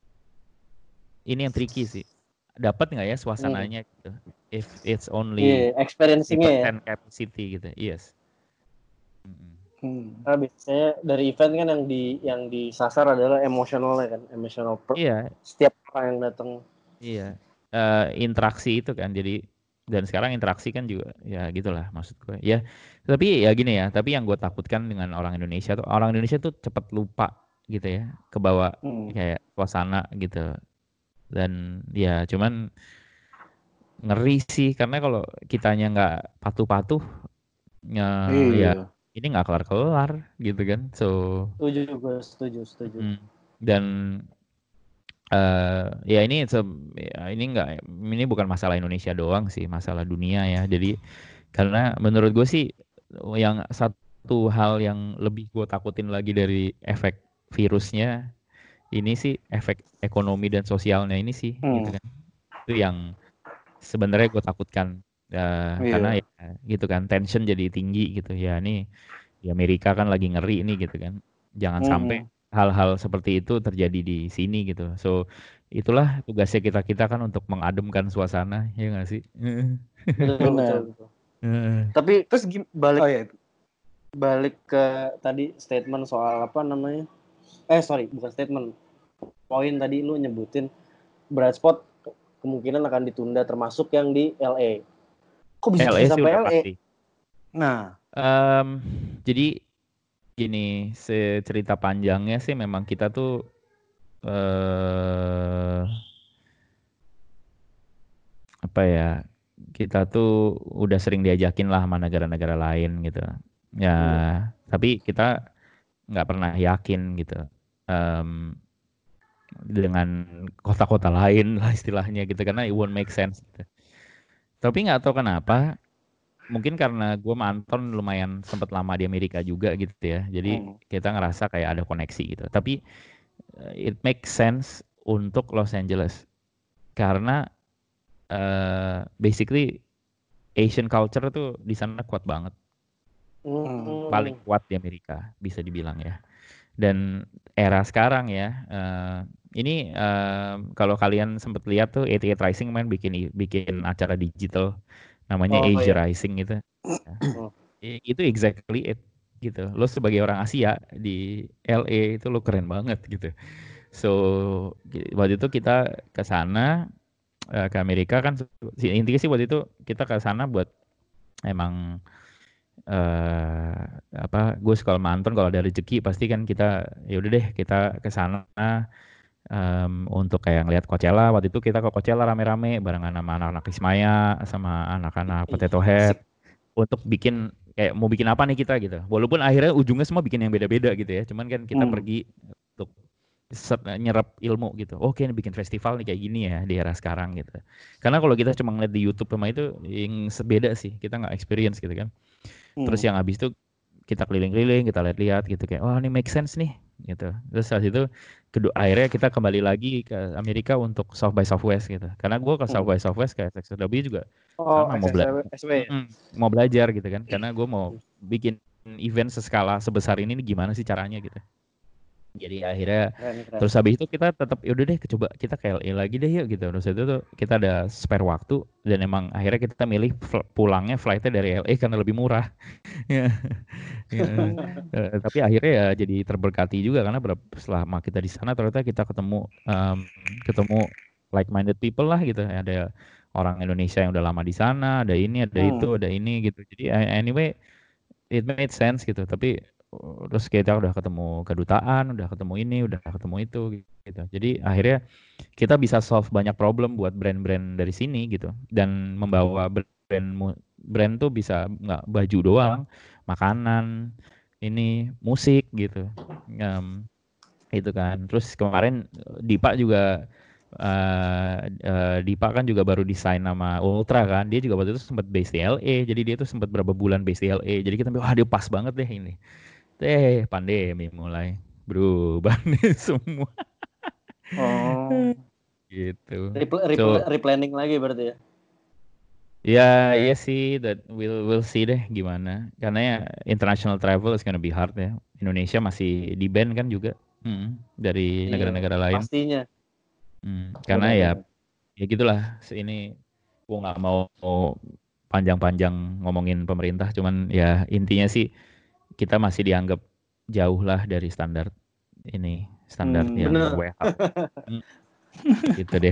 ini yang tricky sih. Dapat nggak ya Hmm. suasananya gitu? If it's only Iya, experiencing-nya ya. fifty percent capacity gitu. Yes. Mm-mm. Hmm. Karena biasanya dari event kan yang di yang disasar adalah emosionalnya kan, emosional per- Iya, setiap orang yang datang. iya, Eh, interaksi itu kan jadi dan sekarang interaksi kan juga ya gitulah maksud gue ya tapi ya gini ya tapi yang gue takutkan dengan orang Indonesia tuh orang Indonesia tuh cepet lupa gitu ya kebawa Hmm. kayak suasana gitu dan ya cuman ngeri sih karena kalau kitanya nggak patuh-patuh ya, ya Iya. ini nggak kelar-kelar gitu kan. So Setuju gue, setuju, setuju. mm, dan eh ya ini se- ya ini nggak ini bukan masalah Indonesia doang sih, masalah dunia ya. Jadi karena menurut gue sih yang satu hal yang lebih gue takutin lagi dari efek virusnya ini sih efek ekonomi dan sosialnya ini sih gitu Hmm. kan. Itu yang sebenarnya gue takutkan. Ya, karena Iya. ya gitu kan tension jadi tinggi gitu ya. Ini di Amerika kan lagi ngeri ini gitu kan. Jangan sampai Mhm. hal-hal seperti itu terjadi di sini gitu. So itulah tugasnya kita kita kan untuk mengademkan suasana ya nggak sih? Betul, betul, Benar. betul. Heeh. Tapi Terus gim balik oh ya. balik ke tadi statement soal apa namanya? Eh sorry, bukan statement. Poin tadi lu nyebutin bright spot ke- kemungkinan akan ditunda termasuk yang di L A. Kok bisa L A sih sampai udah L A? pasti. Nah, Em, jadi gini, cerita panjangnya sih memang kita tuh eh apa ya? Kita tuh udah sering diajakin lah sama negara-negara lain gitu. Ya, Iya. tapi kita nggak pernah yakin gitu. Em, dengan kota-kota lain lah istilahnya gitu karena it won't make sense gitu. Tapi nggak tahu kenapa, mungkin karena gue sama Anton lumayan sempat lama di Amerika juga gitu ya. Jadi hmm. kita ngerasa kayak ada koneksi gitu. Tapi eh, it makes sense untuk Los Angeles karena eh, basically Asian culture tuh di sana kuat banget, Hmm. paling Hmm. kuat di Amerika bisa dibilang ya. Dan era sekarang ya, eh, ini eh, kalau kalian sempat lihat tuh delapan puluh delapan Rising main bikin bikin acara digital namanya Oh Asia iya. Rising gitu. Ya, Oh. i- itu exactly it gitu. Lo sebagai orang Asia di L A itu lo keren banget gitu. So gi- waktu itu kita ke sana eh, ke Amerika kan si- intinya sih waktu itu kita ke sana buat emang eh apa gue kalau manton kalau ada rezeki pasti kan kita ya udah deh kita ke sana em, untuk kayak ngelihat Coachella. Waktu itu kita ke Coachella rame-rame barengan sama anak-anak Ismaya sama anak-anak Ih, Potato Head asik. untuk bikin kayak mau bikin apa nih kita gitu. Walaupun akhirnya ujungnya semua bikin yang beda-beda gitu ya. Cuman kan kita Hmm. pergi untuk set- nyerap ilmu gitu. Oke, ini bikin festival nih kayak gini ya di era sekarang gitu. Karena kalau kita cuma ngeliat di YouTube sama itu yang sebeda sih. Kita nggak experience gitu kan. Terus Hmm. yang habis itu kita keliling-keliling, kita lihat-lihat gitu kayak, wah ini make sense nih gitu. Terus saat itu kedua akhirnya kita kembali lagi ke Amerika untuk South by Southwest gitu. Karena gue ke South Hmm. by Southwest kayak S X W juga Oh, sama mau belajar, S S W ya. mau belajar gitu kan. Karena gue mau bikin event seskala sebesar ini nih gimana sih caranya gitu. Jadi akhirnya Keren, keren. terus habis itu kita tetap yaudah deh coba kita ke L A lagi deh yuk gitu. Terus itu tuh kita ada spare waktu dan emang akhirnya kita milih fl- pulangnya flightnya dari L A karena lebih murah. Ya, ya. Eh, tapi akhirnya ya jadi terberkati juga karena berapa selama kita di sana ternyata kita ketemu em, ketemu like-minded people lah gitu. Ada orang Indonesia yang udah lama di sana, ada ini, ada Hmm. itu, ada ini gitu. Jadi a- anyway it made sense gitu. Tapi uh, terus kita udah ketemu kedutaan, udah ketemu ini, udah ketemu itu gitu. Jadi akhirnya kita bisa solve banyak problem buat brand-brand dari sini gitu dan membawa brand mu- brand tuh bisa nggak baju doang, makanan, ini musik gitu. Em, itu kan. Terus kemarin eh, Dipa juga eh eh, Dipa kan juga baru desain nama Ultra kan. Dia juga waktu itu sempat base di L A. Jadi dia tuh sempat berapa bulan base di L A. Jadi kita bilang, wah dia pas banget deh ini. Eh pandemi mulai berubah nih semua Oh. gitu. Repl- So repl- replanning lagi berarti ya. ya, iya sih, that we'll we'll see deh gimana. Karena ya international travel is gonna be hard ya. Indonesia masih di ban kan juga mm, dari Iya, negara-negara lain. pastinya. Hmm, karena ya Benar-benar. ya gitulah. Ini gua nggak mau panjang-panjang ngomongin pemerintah. Cuman ya intinya sih kita masih dianggap jauh lah dari standar ini standar Hmm. yang Bener. W H O. Hmm, gitu deh.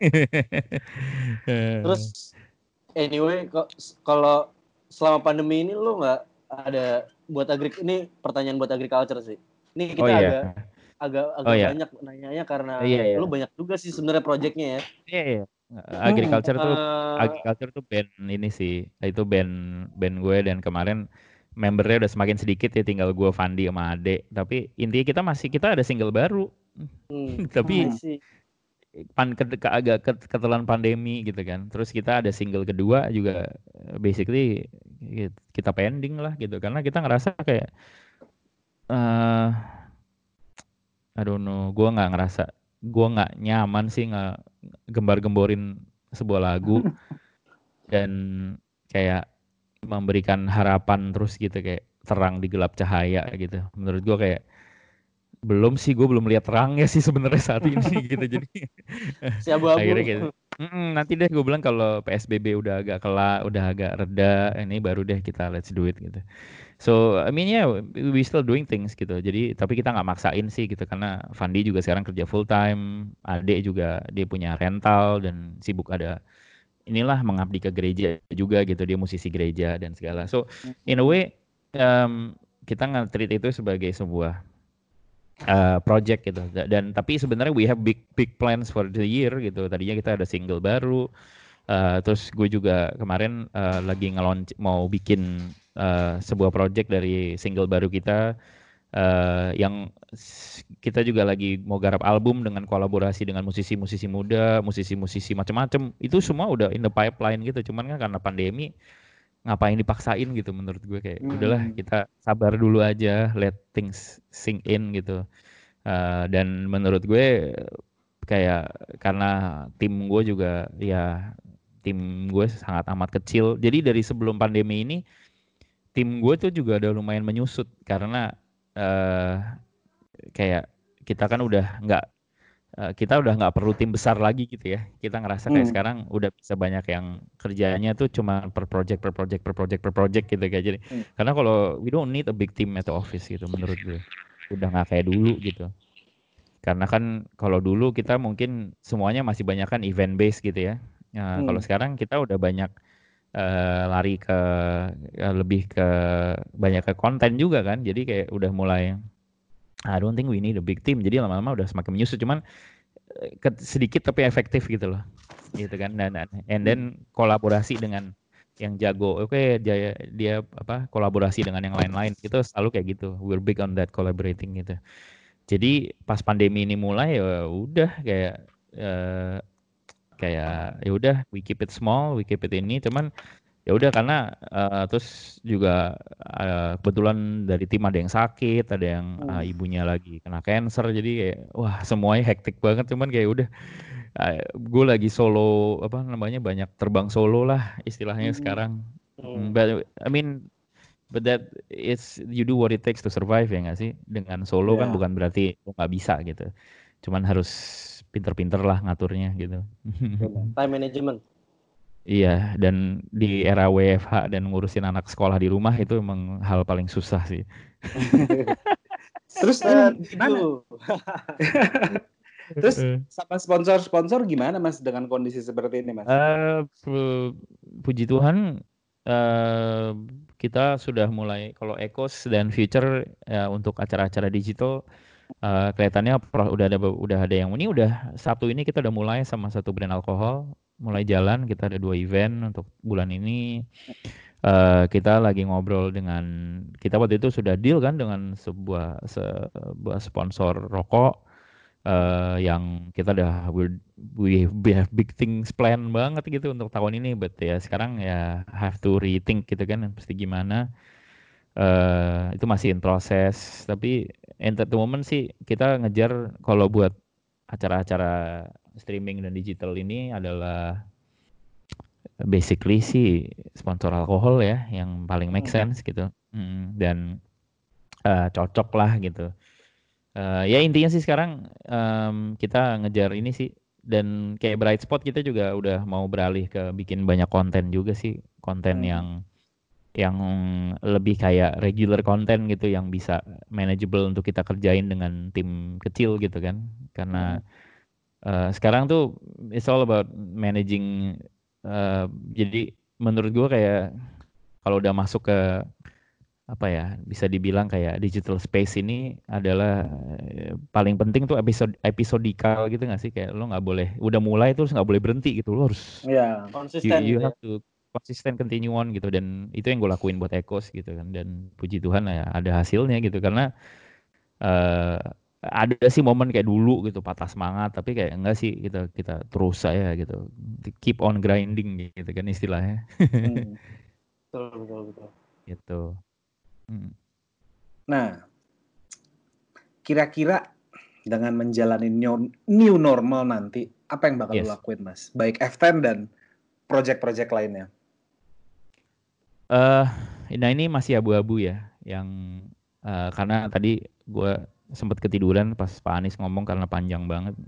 Terus anyway, kok kalau selama pandemi ini lu nggak ada buat agrik ini pertanyaan buat agriculture sih. Ini Oh kita iya, agak agak oh agak iya, banyak nanyanya karena iya iya. lu banyak juga sih sebenarnya projectnya ya. Iya, iya. Agriculture tuh Eh, agriculture tuh band ini sih. Itu band band gue dan kemarin membernya udah semakin sedikit ya tinggal gue Fandi sama Ade. Tapi intinya kita masih kita ada single baru. hmm, I Tapi Hmm. see. pan ke, ke- agak ket- ketelan pandemi gitu kan. Terus kita ada single kedua juga eh, basically kita pending lah gitu karena kita ngerasa kayak eh I don't know, gue nggak ngerasa gue nggak nyaman sih nggak gembar-gemborin sebuah lagu dan kayak memberikan harapan terus gitu kayak terang di gelap cahaya gitu. Menurut gue kayak belum sih gue belum lihat terangnya sih sebenarnya saat ini gitu. Jadi Si abu-abu. akhirnya kayak "Mm-mm, nanti deh gue bilang kalau P S B B udah agak kela, udah agak reda, ini baru deh kita let's do it gitu. So I mean yeah, we still doing things gitu. Jadi tapi kita nggak maksain sih gitu karena Fandi juga sekarang kerja full time, Ade juga dia punya rental dan sibuk ada inilah mengabdi ke gereja juga gitu. Dia musisi gereja dan segala. So in a way um, kita nge-treat itu sebagai sebuah uh, project gitu. Da- Dan tapi sebenarnya we have big big plans for the year gitu. Tadinya kita ada single baru. Uh, terus gue juga kemarin uh, lagi ngelonc mau bikin uh, sebuah project dari single baru kita uh, yang s- kita juga lagi mau garap album dengan kolaborasi dengan musisi-musisi muda, musisi-musisi macam-macam. Itu semua udah in the pipeline gitu. Cuman kan karena pandemi ngapain dipaksain gitu menurut gue kayak udahlah Hmm. kita sabar dulu aja, let things sink in gitu. Uh, dan menurut gue kayak karena tim gue juga ya tim gue sangat amat kecil. Jadi dari sebelum pandemi ini tim gue tuh juga udah lumayan menyusut karena eh kayak kita kan udah nggak eh, kita udah nggak perlu tim besar lagi gitu ya. Kita ngerasa kayak Hmm. sekarang udah bisa banyak yang kerjanya tuh cuma per project per project per project per project gitu kayak jadi. Hmm. Karena kalau we don't need a big team at the office gitu menurut gue. Udah nggak kayak dulu gitu. Karena kan kalau dulu kita mungkin semuanya masih banyak kan event based gitu ya. Nah, kalau Hmm. sekarang kita udah banyak eh, lari ke eh, lebih ke banyak ke konten juga kan. Jadi kayak udah mulai I don't think we need a big team. Jadi lama-lama udah semakin menyusut. Cuman eh, ke- sedikit tapi efektif gitu loh. Gitu kan. Dan dan- and then Hmm. kolaborasi dengan yang jago. Oke, dia dia apa kolaborasi dengan yang lain-lain. Itu selalu kayak gitu. We're big on that collaborating gitu. Jadi pas pandemi ini mulai ya udah kayak eh, kayak ya udah we keep it small, we keep it ini cuman ya udah karena eh, terus juga eh, kebetulan dari tim ada yang sakit, ada yang Hmm. eh, ibunya lagi kena cancer jadi kayak wah semuanya hektik banget cuman kayak udah gue lagi solo apa namanya banyak terbang solo lah istilahnya Hmm. sekarang. Mm, Hmm. But I mean but that is you do what it takes to survive ya nggak sih? Dengan solo kan Ya. bukan berarti lo nggak bisa gitu. Cuman harus pinter-pinter lah ngaturnya gitu. Benar. Time management. Iya, dan di era W F H dan ngurusin anak sekolah di rumah itu emang hal paling susah sih. Terus ini gimana? Setuju. Terus sama sponsor-sponsor gimana Mas dengan kondisi seperti ini Mas? Eh, pu- puji Tuhan eh kita sudah mulai kalau Ecos dan Future ya, untuk acara-acara digital eh, kelihatannya pro- udah ada udah ada yang ini udah Sabtu ini kita udah mulai sama satu brand alkohol mulai jalan kita ada dua event untuk bulan ini. Eh, kita lagi ngobrol dengan kita waktu itu sudah deal kan dengan sebuah sebuah sponsor rokok eh, yang kita udah we're- we, we have big things plan banget gitu untuk tahun ini but ya sekarang ya have to rethink gitu kan pasti gimana eh itu masih in proses tapi at the moment sih kita ngejar kalau buat acara-acara streaming dan digital ini adalah basically sih sponsor alkohol ya yang paling make Hmm. sense gitu. Mm, dan eh, cocok lah gitu. Eh, ya intinya sih sekarang em, kita ngejar ini sih dan kayak Bright Spot kita juga udah mau beralih ke bikin banyak konten juga sih konten Hmm. yang yang lebih kayak regular konten gitu yang bisa manageable untuk kita kerjain dengan tim kecil gitu kan Hmm. karena eh, sekarang tuh it's all about managing eh, jadi menurut gua kayak kalau udah masuk ke apa ya, bisa dibilang kayak digital space ini adalah eh, paling penting tuh episode episodikal gitu nggak sih, kayak lo nggak boleh udah mulai terus nggak boleh berhenti gitu, lo harus Iya. you, Konsisten you gitu ya. have to konsisten continue on gitu, dan itu yang gue lakuin buat Echos gitu kan, dan puji Tuhan ya ada hasilnya gitu, karena eh ada sih momen kayak dulu gitu patah semangat, tapi kayak enggak sih, kita kita terus saya gitu, keep on grinding gitu kan istilahnya. Hmm. Betul, betul, betul. Gitu. Hmm. Nah, kira-kira dengan menjalani new, new normal nanti, apa yang bakal lo Yes. lakuin, Mas? Baik F sepuluh dan project-project lainnya. Eh, nah ini masih abu-abu ya, yang eh, karena tadi gue sempat ketiduran pas Pak Anies ngomong karena panjang banget.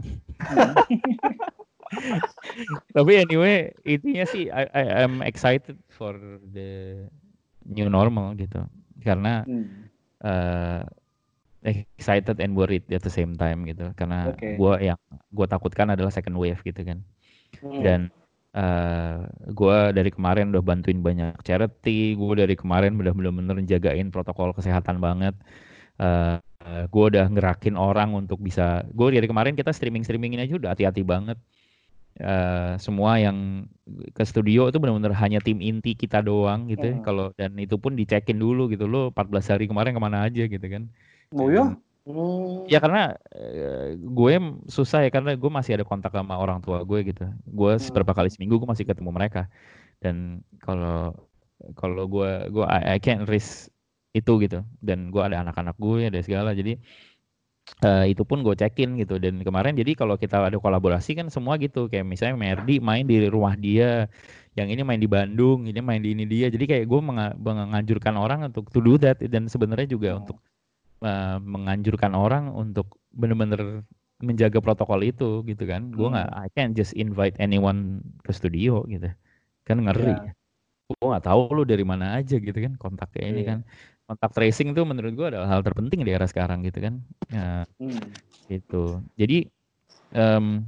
Tapi anyway, intinya sih I, I I'm excited for the new normal gitu, karena Hmm. eh excited and worried at the same time gitu, karena Oke. gue yang gue takutkan adalah second wave gitu kan. Hmm. Dan uh, gue dari kemarin udah bantuin banyak charity, gue dari kemarin udah bener-bener jagain protokol kesehatan banget. Uh, uh, gue udah ngerakin orang untuk bisa, gue dari kemarin kita streaming-streamingin aja udah hati-hati banget. Uh, semua yang ke studio itu benar-benar hanya tim inti kita doang gitu ya. Hmm. Kalau dan itu pun dicekin dulu gitu, lo empat belas hari kemarin kemana aja gitu kan. Oh ya? Hmm. Ya karena eh, gue susah ya, karena gue masih ada kontak sama orang tua gue gitu. Gue beberapa kali seminggu gue masih ketemu mereka. Dan kalau kalau gue gue I, I can't risk itu gitu. Dan gue ada anak-anak gue, ada segala. Jadi eh, itu pun gue cekin gitu. Dan kemarin jadi kalau kita ada kolaborasi kan semua gitu. Kayak misalnya Merdi main di rumah dia, yang ini main di Bandung, ini main di ini dia. Jadi kayak gue menga- menganjurkan orang untuk to do that, dan sebenarnya juga Hmm. untuk uh, menganjurkan orang untuk benar-benar menjaga protokol itu gitu kan. Gue nggak, Hmm. I can't just invite anyone ke studio gitu, kan ngeri. Ya. Gue nggak tahu lu dari mana aja gitu kan, kontaknya ini Iya. kan. Kontak tracing tuh menurut gue adalah hal terpenting di era sekarang gitu kan. Ya, Hmm. gitu. Jadi em,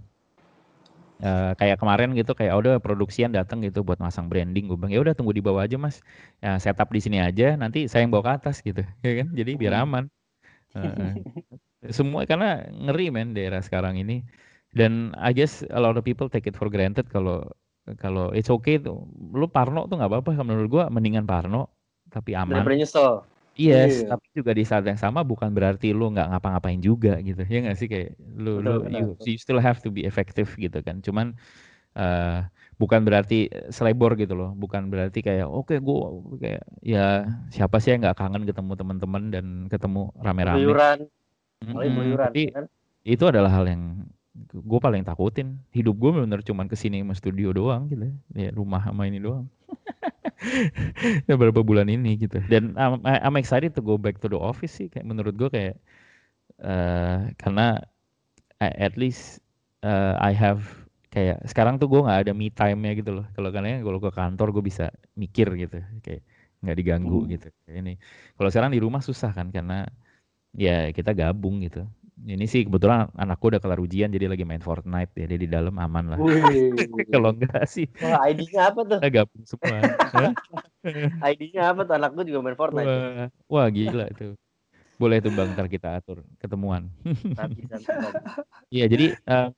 eh, kayak kemarin gitu, kayak udah produksian datang gitu buat masang branding, gue bilang ya udah tunggu di bawah aja mas, ya setup di sini aja, nanti saya yang bawa ke atas gitu ya kan, jadi biar Hmm. aman. Heeh. Semua karena ngeri men daerah sekarang ini, dan I guess a lot of people take it for granted kalau kalau it's okay tuh, lu parno tuh nggak apa-apa menurut gua, mendingan parno tapi aman. Daripada nyesel. Yes, Iya. tapi juga di saat yang sama bukan berarti lu nggak ngapa-ngapain juga gitu ya nggak sih, kayak lu Betul, lu betul. you, you still have to be effective gitu kan, cuman eh, bukan berarti selebor gitu loh, bukan berarti kayak oke gua kayak ya siapa sih yang nggak kangen ketemu teman-teman dan ketemu rame-rame. Keluyuran. Apalagi Mm-mm, keluyuran tapi kan. itu adalah hal yang gue paling takutin. Hidup gue benar-benar cuman kesini sama studio doang gitu ya, ya rumah sama ini doang. Ya beberapa bulan ini gitu. Dan I'm, I'm excited to go back to the office sih. Kayak menurut gue kayak eh karena a- at least eh, I have kayak sekarang tuh gue nggak ada me time-nya gitu loh. Kalau kadang kalau ke kantor gue bisa mikir gitu, kayak nggak diganggu Hmm. gitu. Kayak ini. Kalau sekarang di rumah susah kan, karena ya kita gabung gitu. Ini sih kebetulan anakku udah kelar ujian, jadi lagi main Fortnite ya, dia di dalam aman lah. Wih. Kalau enggak sih Wah, I D-nya apa tuh? kita gabung semua. Hah? I D-nya apa tuh? Anakku juga main Fortnite tuh. Wah, wah gila itu. Boleh tuh Bang, ntar kita atur ketemuan. Nanti, nanti, nanti. Iya, jadi um,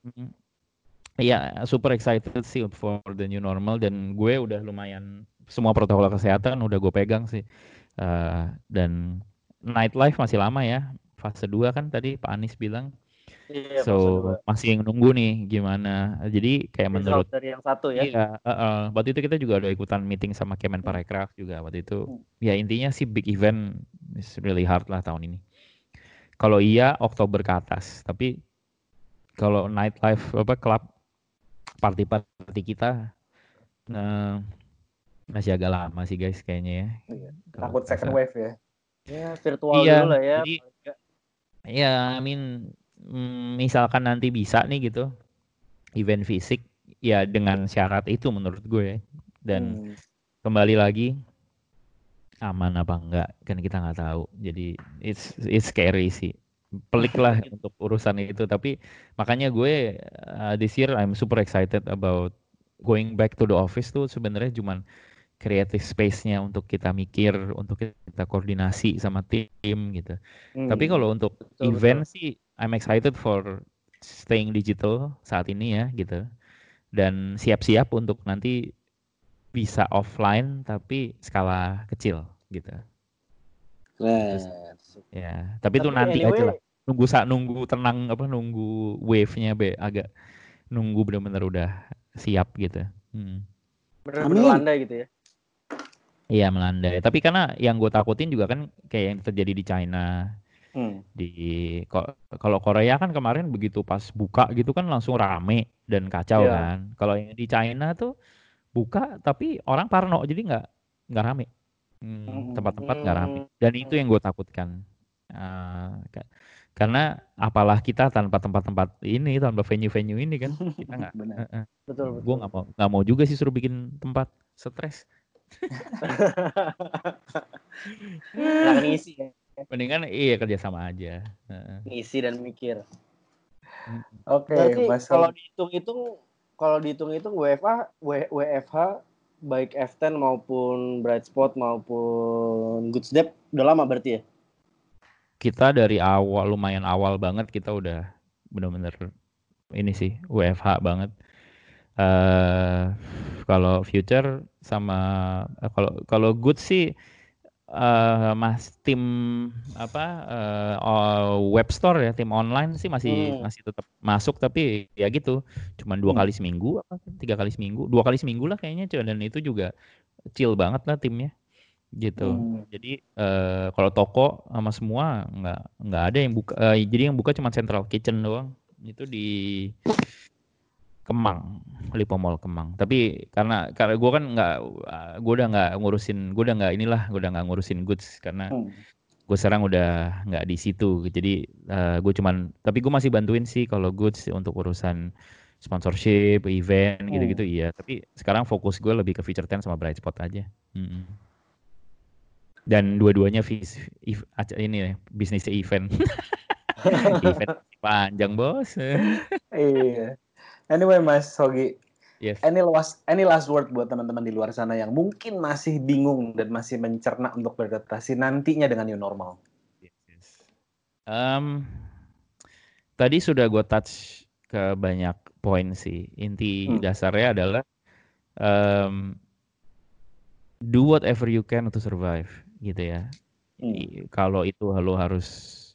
ya super excited sih for the new normal, dan gue udah lumayan semua protokol kesehatan udah gue pegang sih. Uh, dan nightlife masih lama ya. Fase dua kan tadi Pak Anies bilang. Iya, So fase dua. masih nunggu nih gimana. Jadi kayak Result menurut dari yang satu ya. iya, uh, uh, waktu itu kita juga ada ikutan meeting sama Kemenparekraf juga waktu itu. Ya intinya sih big event is really hard lah tahun ini. Kalau iya Oktober ke atas, tapi kalau nightlife apa club party-party kita eh, masih agak lama sih guys kayaknya ya. Iya. Kalau Takut second kerasa. wave ya. Ya, virtual Iya, dulu lah ya. jadi ya I mean mm, misalkan nanti bisa nih gitu event fisik ya dengan syarat itu menurut gue, dan Hmm. kembali lagi aman apa enggak kan kita nggak tahu, jadi it's it's scary sih, pelik lah untuk urusan itu. Tapi makanya gue uh, this year I'm super excited about going back to the office tuh sebenarnya cuman creative space-nya untuk kita mikir, untuk kita koordinasi sama tim gitu. Hmm. Tapi kalau untuk betul, event betul. sih, I'm excited for staying digital saat ini ya gitu. Dan siap-siap untuk nanti bisa offline tapi skala kecil gitu. Yes. Ya, tapi itu nanti anyway, aja lah. Nunggu saat nunggu tenang apa nunggu wave-nya be agak nunggu benar-benar udah siap gitu. Hmm. Benar-benar landai gitu ya. Iya melandai. Tapi karena yang gue takutin juga kan kayak yang terjadi di China. Hmm. Di kalau Korea kan kemarin begitu pas buka gitu kan langsung rame dan kacau yeah. kan. Kalau yang di China tuh buka tapi orang parno jadi nggak nggak rame. Hmm, tempat-tempat nggak rame. Dan itu yang gue takutkan. Uh, karena apalah kita tanpa tempat-tempat ini, tanpa venue-venue ini kan kita nggak. uh, uh. Betul. Gue nggak mau nggak mau juga sih suruh bikin tempat stres. Nggak ngisi ya. Mendingan iya kerja sama aja. Ngisi dan mikir. Oke. Okay, kalau dihitung-hitung, kalau dihitung-hitung W F H, W F H baik F ten maupun Bright Spot maupun Goodsdep udah lama berarti ya? Kita dari awal lumayan awal banget kita udah benar-benar ini sih W F H banget. Uh, kalau Future sama uh, kalau kalau Good sih uh, mas tim apa uh, web store ya tim online sih masih hmm. masih tetap masuk tapi ya gitu cuman dua hmm. kali seminggu apa tiga kali seminggu dua kali seminggu lah kayaknya dan itu juga chill banget lah timnya gitu hmm. jadi uh, kalau toko sama semua nggak nggak ada yang buka uh, jadi yang buka cuma Central Kitchen doang itu di Kemang, Lipo Mall Kemang. Tapi karena karena gue kan nggak, gue udah nggak ngurusin, gue udah nggak inilah, gue udah nggak ngurusin goods karena hmm. gue sekarang udah nggak di situ. Jadi uh, gue cuman, tapi gue masih bantuin sih kalau goods untuk urusan sponsorship, event hmm. gitu-gitu iya. Tapi sekarang fokus gue lebih ke Feature ten sama Bright Spot aja. Hmm. Dan dua-duanya vis, if, ini bisnis event, event panjang bos. Iya. Anyway, Mas Hogi, yes. any last any last word buat teman-teman di luar sana yang mungkin masih bingung dan masih mencerna untuk beradaptasi nantinya dengan new normal? Yes, yes. Um, tadi sudah gue touch ke banyak poin sih. Inti hmm. dasarnya adalah um, do whatever you can to survive, gitu ya. Hmm. Kalau itu lo harus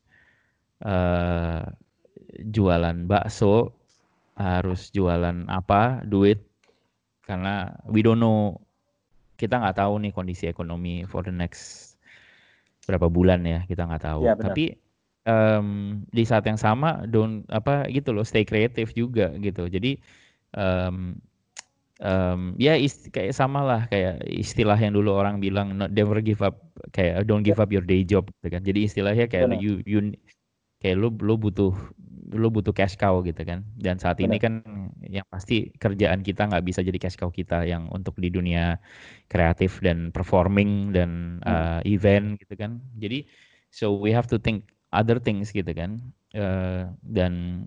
uh, jualan bakso, harus jualan apa, duit, karena we don't know, kita nggak tahu nih kondisi ekonomi for the next berapa bulan ya, kita nggak tahu. Ya, tapi um, di saat yang sama, don't apa gitu loh, stay kreatif juga gitu. Jadi um, um, ya ist- kayak sama lah kayak istilah yang dulu orang bilang never give up, kayak don't give up your day job, gitu kan. Jadi istilahnya kayak Benar. you you kayak lu lu butuh lu butuh cash cow gitu kan, dan saat Benar. ini kan yang pasti kerjaan kita nggak bisa jadi cash cow kita yang untuk di dunia kreatif dan performing dan hmm. uh, event gitu kan. Jadi so we have to think other things gitu kan, uh, dan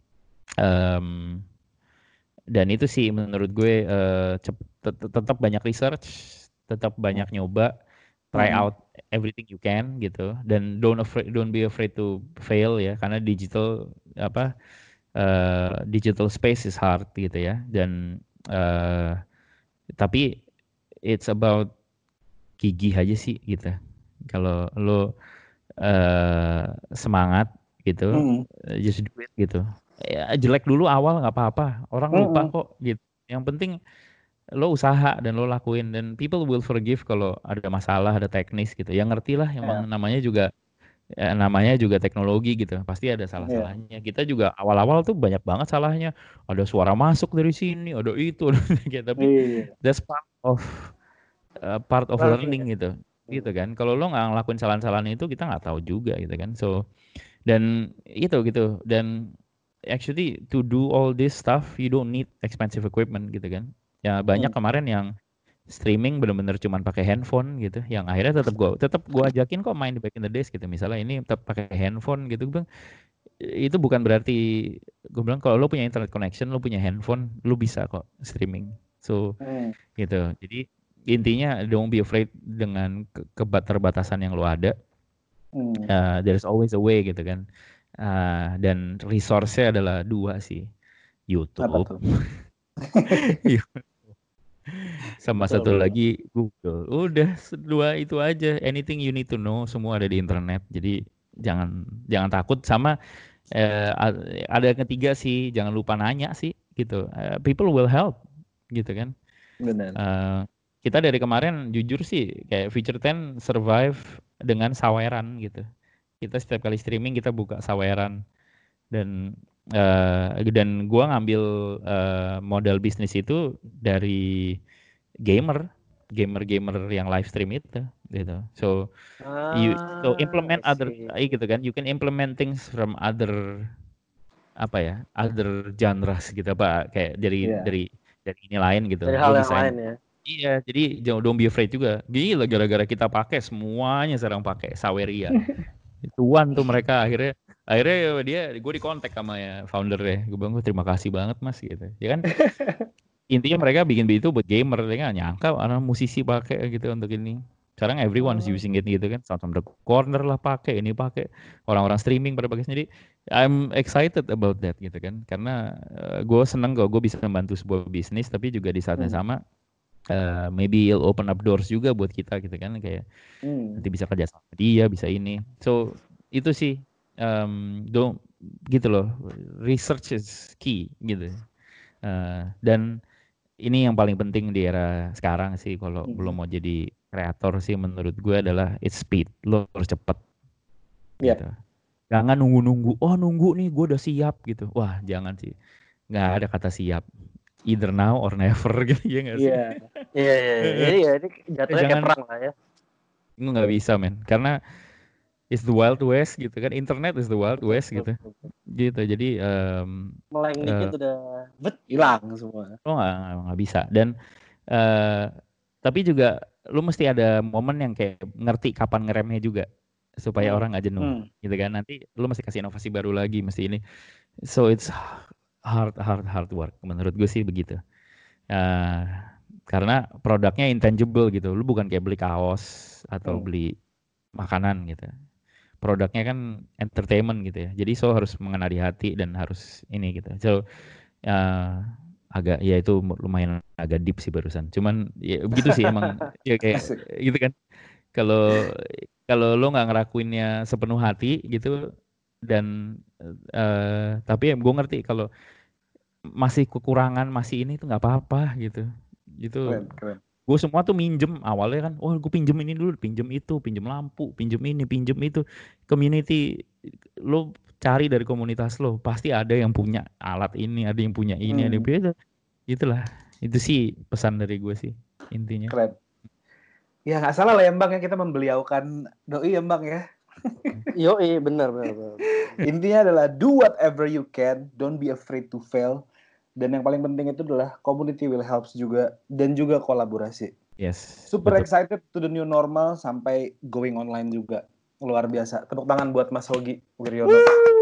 um, dan itu sih menurut gue uh, tet- tetap banyak research, tetap banyak nyoba, try hmm. out everything you can gitu, dan don't afraid don't be afraid to fail ya, karena digital apa uh, digital space is hard gitu ya, dan uh, tapi it's about gigih aja sih gitu. Kalau lo uh, semangat gitu, hmm. just do it gitu. Ya, jelek dulu awal nggak apa-apa, orang lupa hmm. kok gitu. Yang penting lo usaha dan lo lakuin, dan people will forgive kalau ada masalah, ada teknis gitu. Yang ngerti lah, yang yeah. namanya juga ya, namanya juga teknologi gitu. Pasti ada salah-salahnya. Yeah. Kita juga awal-awal tuh banyak banget salahnya. Ada suara masuk dari sini, ada itu, gitu. Tapi yeah. that's part of uh, part of Learning. learning gitu, hmm. gitu kan. Kalau lo nggak ngelakuin kesalahan-kesalahan itu, kita nggak tahu juga gitu kan. So dan itu gitu, dan actually to do all this stuff you don't need expensive equipment gitu kan. Ya banyak hmm. kemarin yang streaming benar-benar cuman pakai handphone gitu, yang akhirnya tetap gua tetap gua ajakin kok main di back in the days gitu. Misalnya ini tetap pakai handphone gitu, gue bilang itu bukan berarti, gue bilang kalau lo punya internet connection, lo punya handphone, lo bisa kok streaming. So hmm. gitu. Jadi intinya don't be afraid dengan ke- keterbatasan yang lo ada. Hmm. Uh, there's always a way gitu kan. Uh, dan resource-nya adalah dua sih, Apa YouTube tuh? sama Betul, satu betul. lagi Google. Udah dua itu aja. Anything you need to know semua ada di internet. Jadi jangan jangan takut sama eh, a- ada yang ketiga sih, jangan lupa nanya sih gitu. Eh, people will help gitu kan. Benar. Eh, kita dari kemarin jujur sih kayak Feature ten survive dengan saweran gitu. Kita setiap kali streaming kita buka saweran dan eh, dan gua ngambil eh, modal bisnis itu dari gamer, gamer-gamer yang live stream itu gitu. So you so Ah, implement I other see. eh, gitu kan. You can implement things from other apa ya, other genres gitu apa kayak dari Iya. dari dari ini lain gitu. Dari Lo hal yang bisa lain ya. iya, jadi jangan don't be afraid juga. Gila gara-gara kita pakai semuanya sekarang pakai Saweria. Ituan tuh mereka akhirnya akhirnya dia gue dikontak sama ya foundernya. Gue bilang gue terima kasih banget mas gitu. Ya kan intinya mereka bikin itu buat gamer, dia nggak nyangka anak musisi pakai gitu untuk ini. Sekarang everyone is Oh, using it gitu kan. Sound from the corner lah pakai, ini pakai. Orang-orang streaming pada pakai sendiri. I'm excited about that gitu kan. Karena uh, gue seneng kok gue bisa membantu sebuah bisnis, tapi juga di saat yang Hmm. sama uh, maybe it'll open up doors juga buat kita gitu kan. Kayak Hmm. nanti bisa kerja sama dia, bisa ini. So itu sih, um, don't gitu loh. Research is key gitu. Uh, dan ini yang paling penting di era sekarang sih kalau Hmm. belum mau jadi kreator sih menurut gue adalah it's speed. Lo harus cepet Yap. gitu. Jangan nunggu-nunggu, oh nunggu nih gue udah siap gitu. Wah jangan sih. Nggak ada kata siap. Either now or never gitu ya nggak sih? Iya. iya iya iya. Jadi ya ini jatuhnya kayak Jangan, perang lah ya. itu nggak bisa men. Karena it's the wild west gitu kan. Internet is the wild Betul, west betul, gitu. betul, betul. Gitu. Jadi um, Meleng eh, dikit udah bet hilang semua. lo nggak nggak bisa. Dan eh, tapi juga lu mesti ada momen yang kayak ngerti kapan ngeremnya juga supaya Hmm. orang nggak jenuh Hmm. gitu kan. Nanti lu mesti kasih inovasi baru lagi mesti ini. So it's hard hard hard work menurut gue sih begitu. Eh, karena produknya intangible gitu. Lu bukan kayak beli kaos atau Hmm. beli makanan gitu. Produknya kan entertainment gitu ya. Jadi so harus mengena di hati dan harus ini gitu. So eh, agak ya itu lumayan agak deep sih barusan. Cuman ya begitu sih emang ya kayak Asik. gitu kan. Kalau kalau lo nggak ngelakuinnya sepenuh hati gitu dan eh tapi ya gue ngerti kalau masih kekurangan masih ini tuh nggak apa-apa gitu. Itu Keren, keren. gue semua tuh minjem awalnya kan, oh gue pinjem ini dulu, pinjem itu, pinjem lampu, pinjem ini, pinjem itu. Community lo cari dari komunitas lo pasti ada yang punya alat ini, ada yang punya ini, ada yang Hmm. punya itu. Itulah, itu sih pesan dari gue sih intinya. Keren. Ya nggak salah lah ya Bang ya kita membeliaukan doi ya Bang ya. Yo, iya benar benar benar. Intinya adalah do whatever you can, don't be afraid to fail. Dan yang paling penting itu adalah community will helps juga dan juga kolaborasi. Yes. Super betul. excited to the new normal sampai going online juga. Luar biasa. Tepuk tangan buat Mas Hogi Wiryono.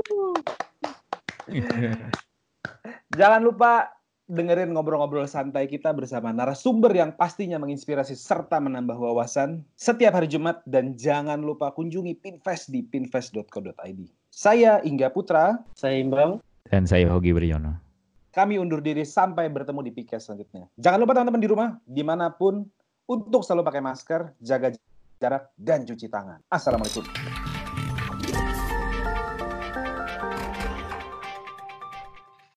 Jangan lupa dengerin ngobrol-ngobrol santai kita bersama narasumber yang pastinya menginspirasi serta menambah wawasan setiap hari Jumat, dan jangan lupa kunjungi Pinvest di pinvest dot co dot i d. Saya Ingga Putra. Saya Imbang. Dan saya Hogi Wiryono. Kami undur diri sampai bertemu di P K S selanjutnya. Jangan lupa teman-teman di rumah, dimanapun, untuk selalu pakai masker, jaga jarak, dan cuci tangan. Assalamualaikum.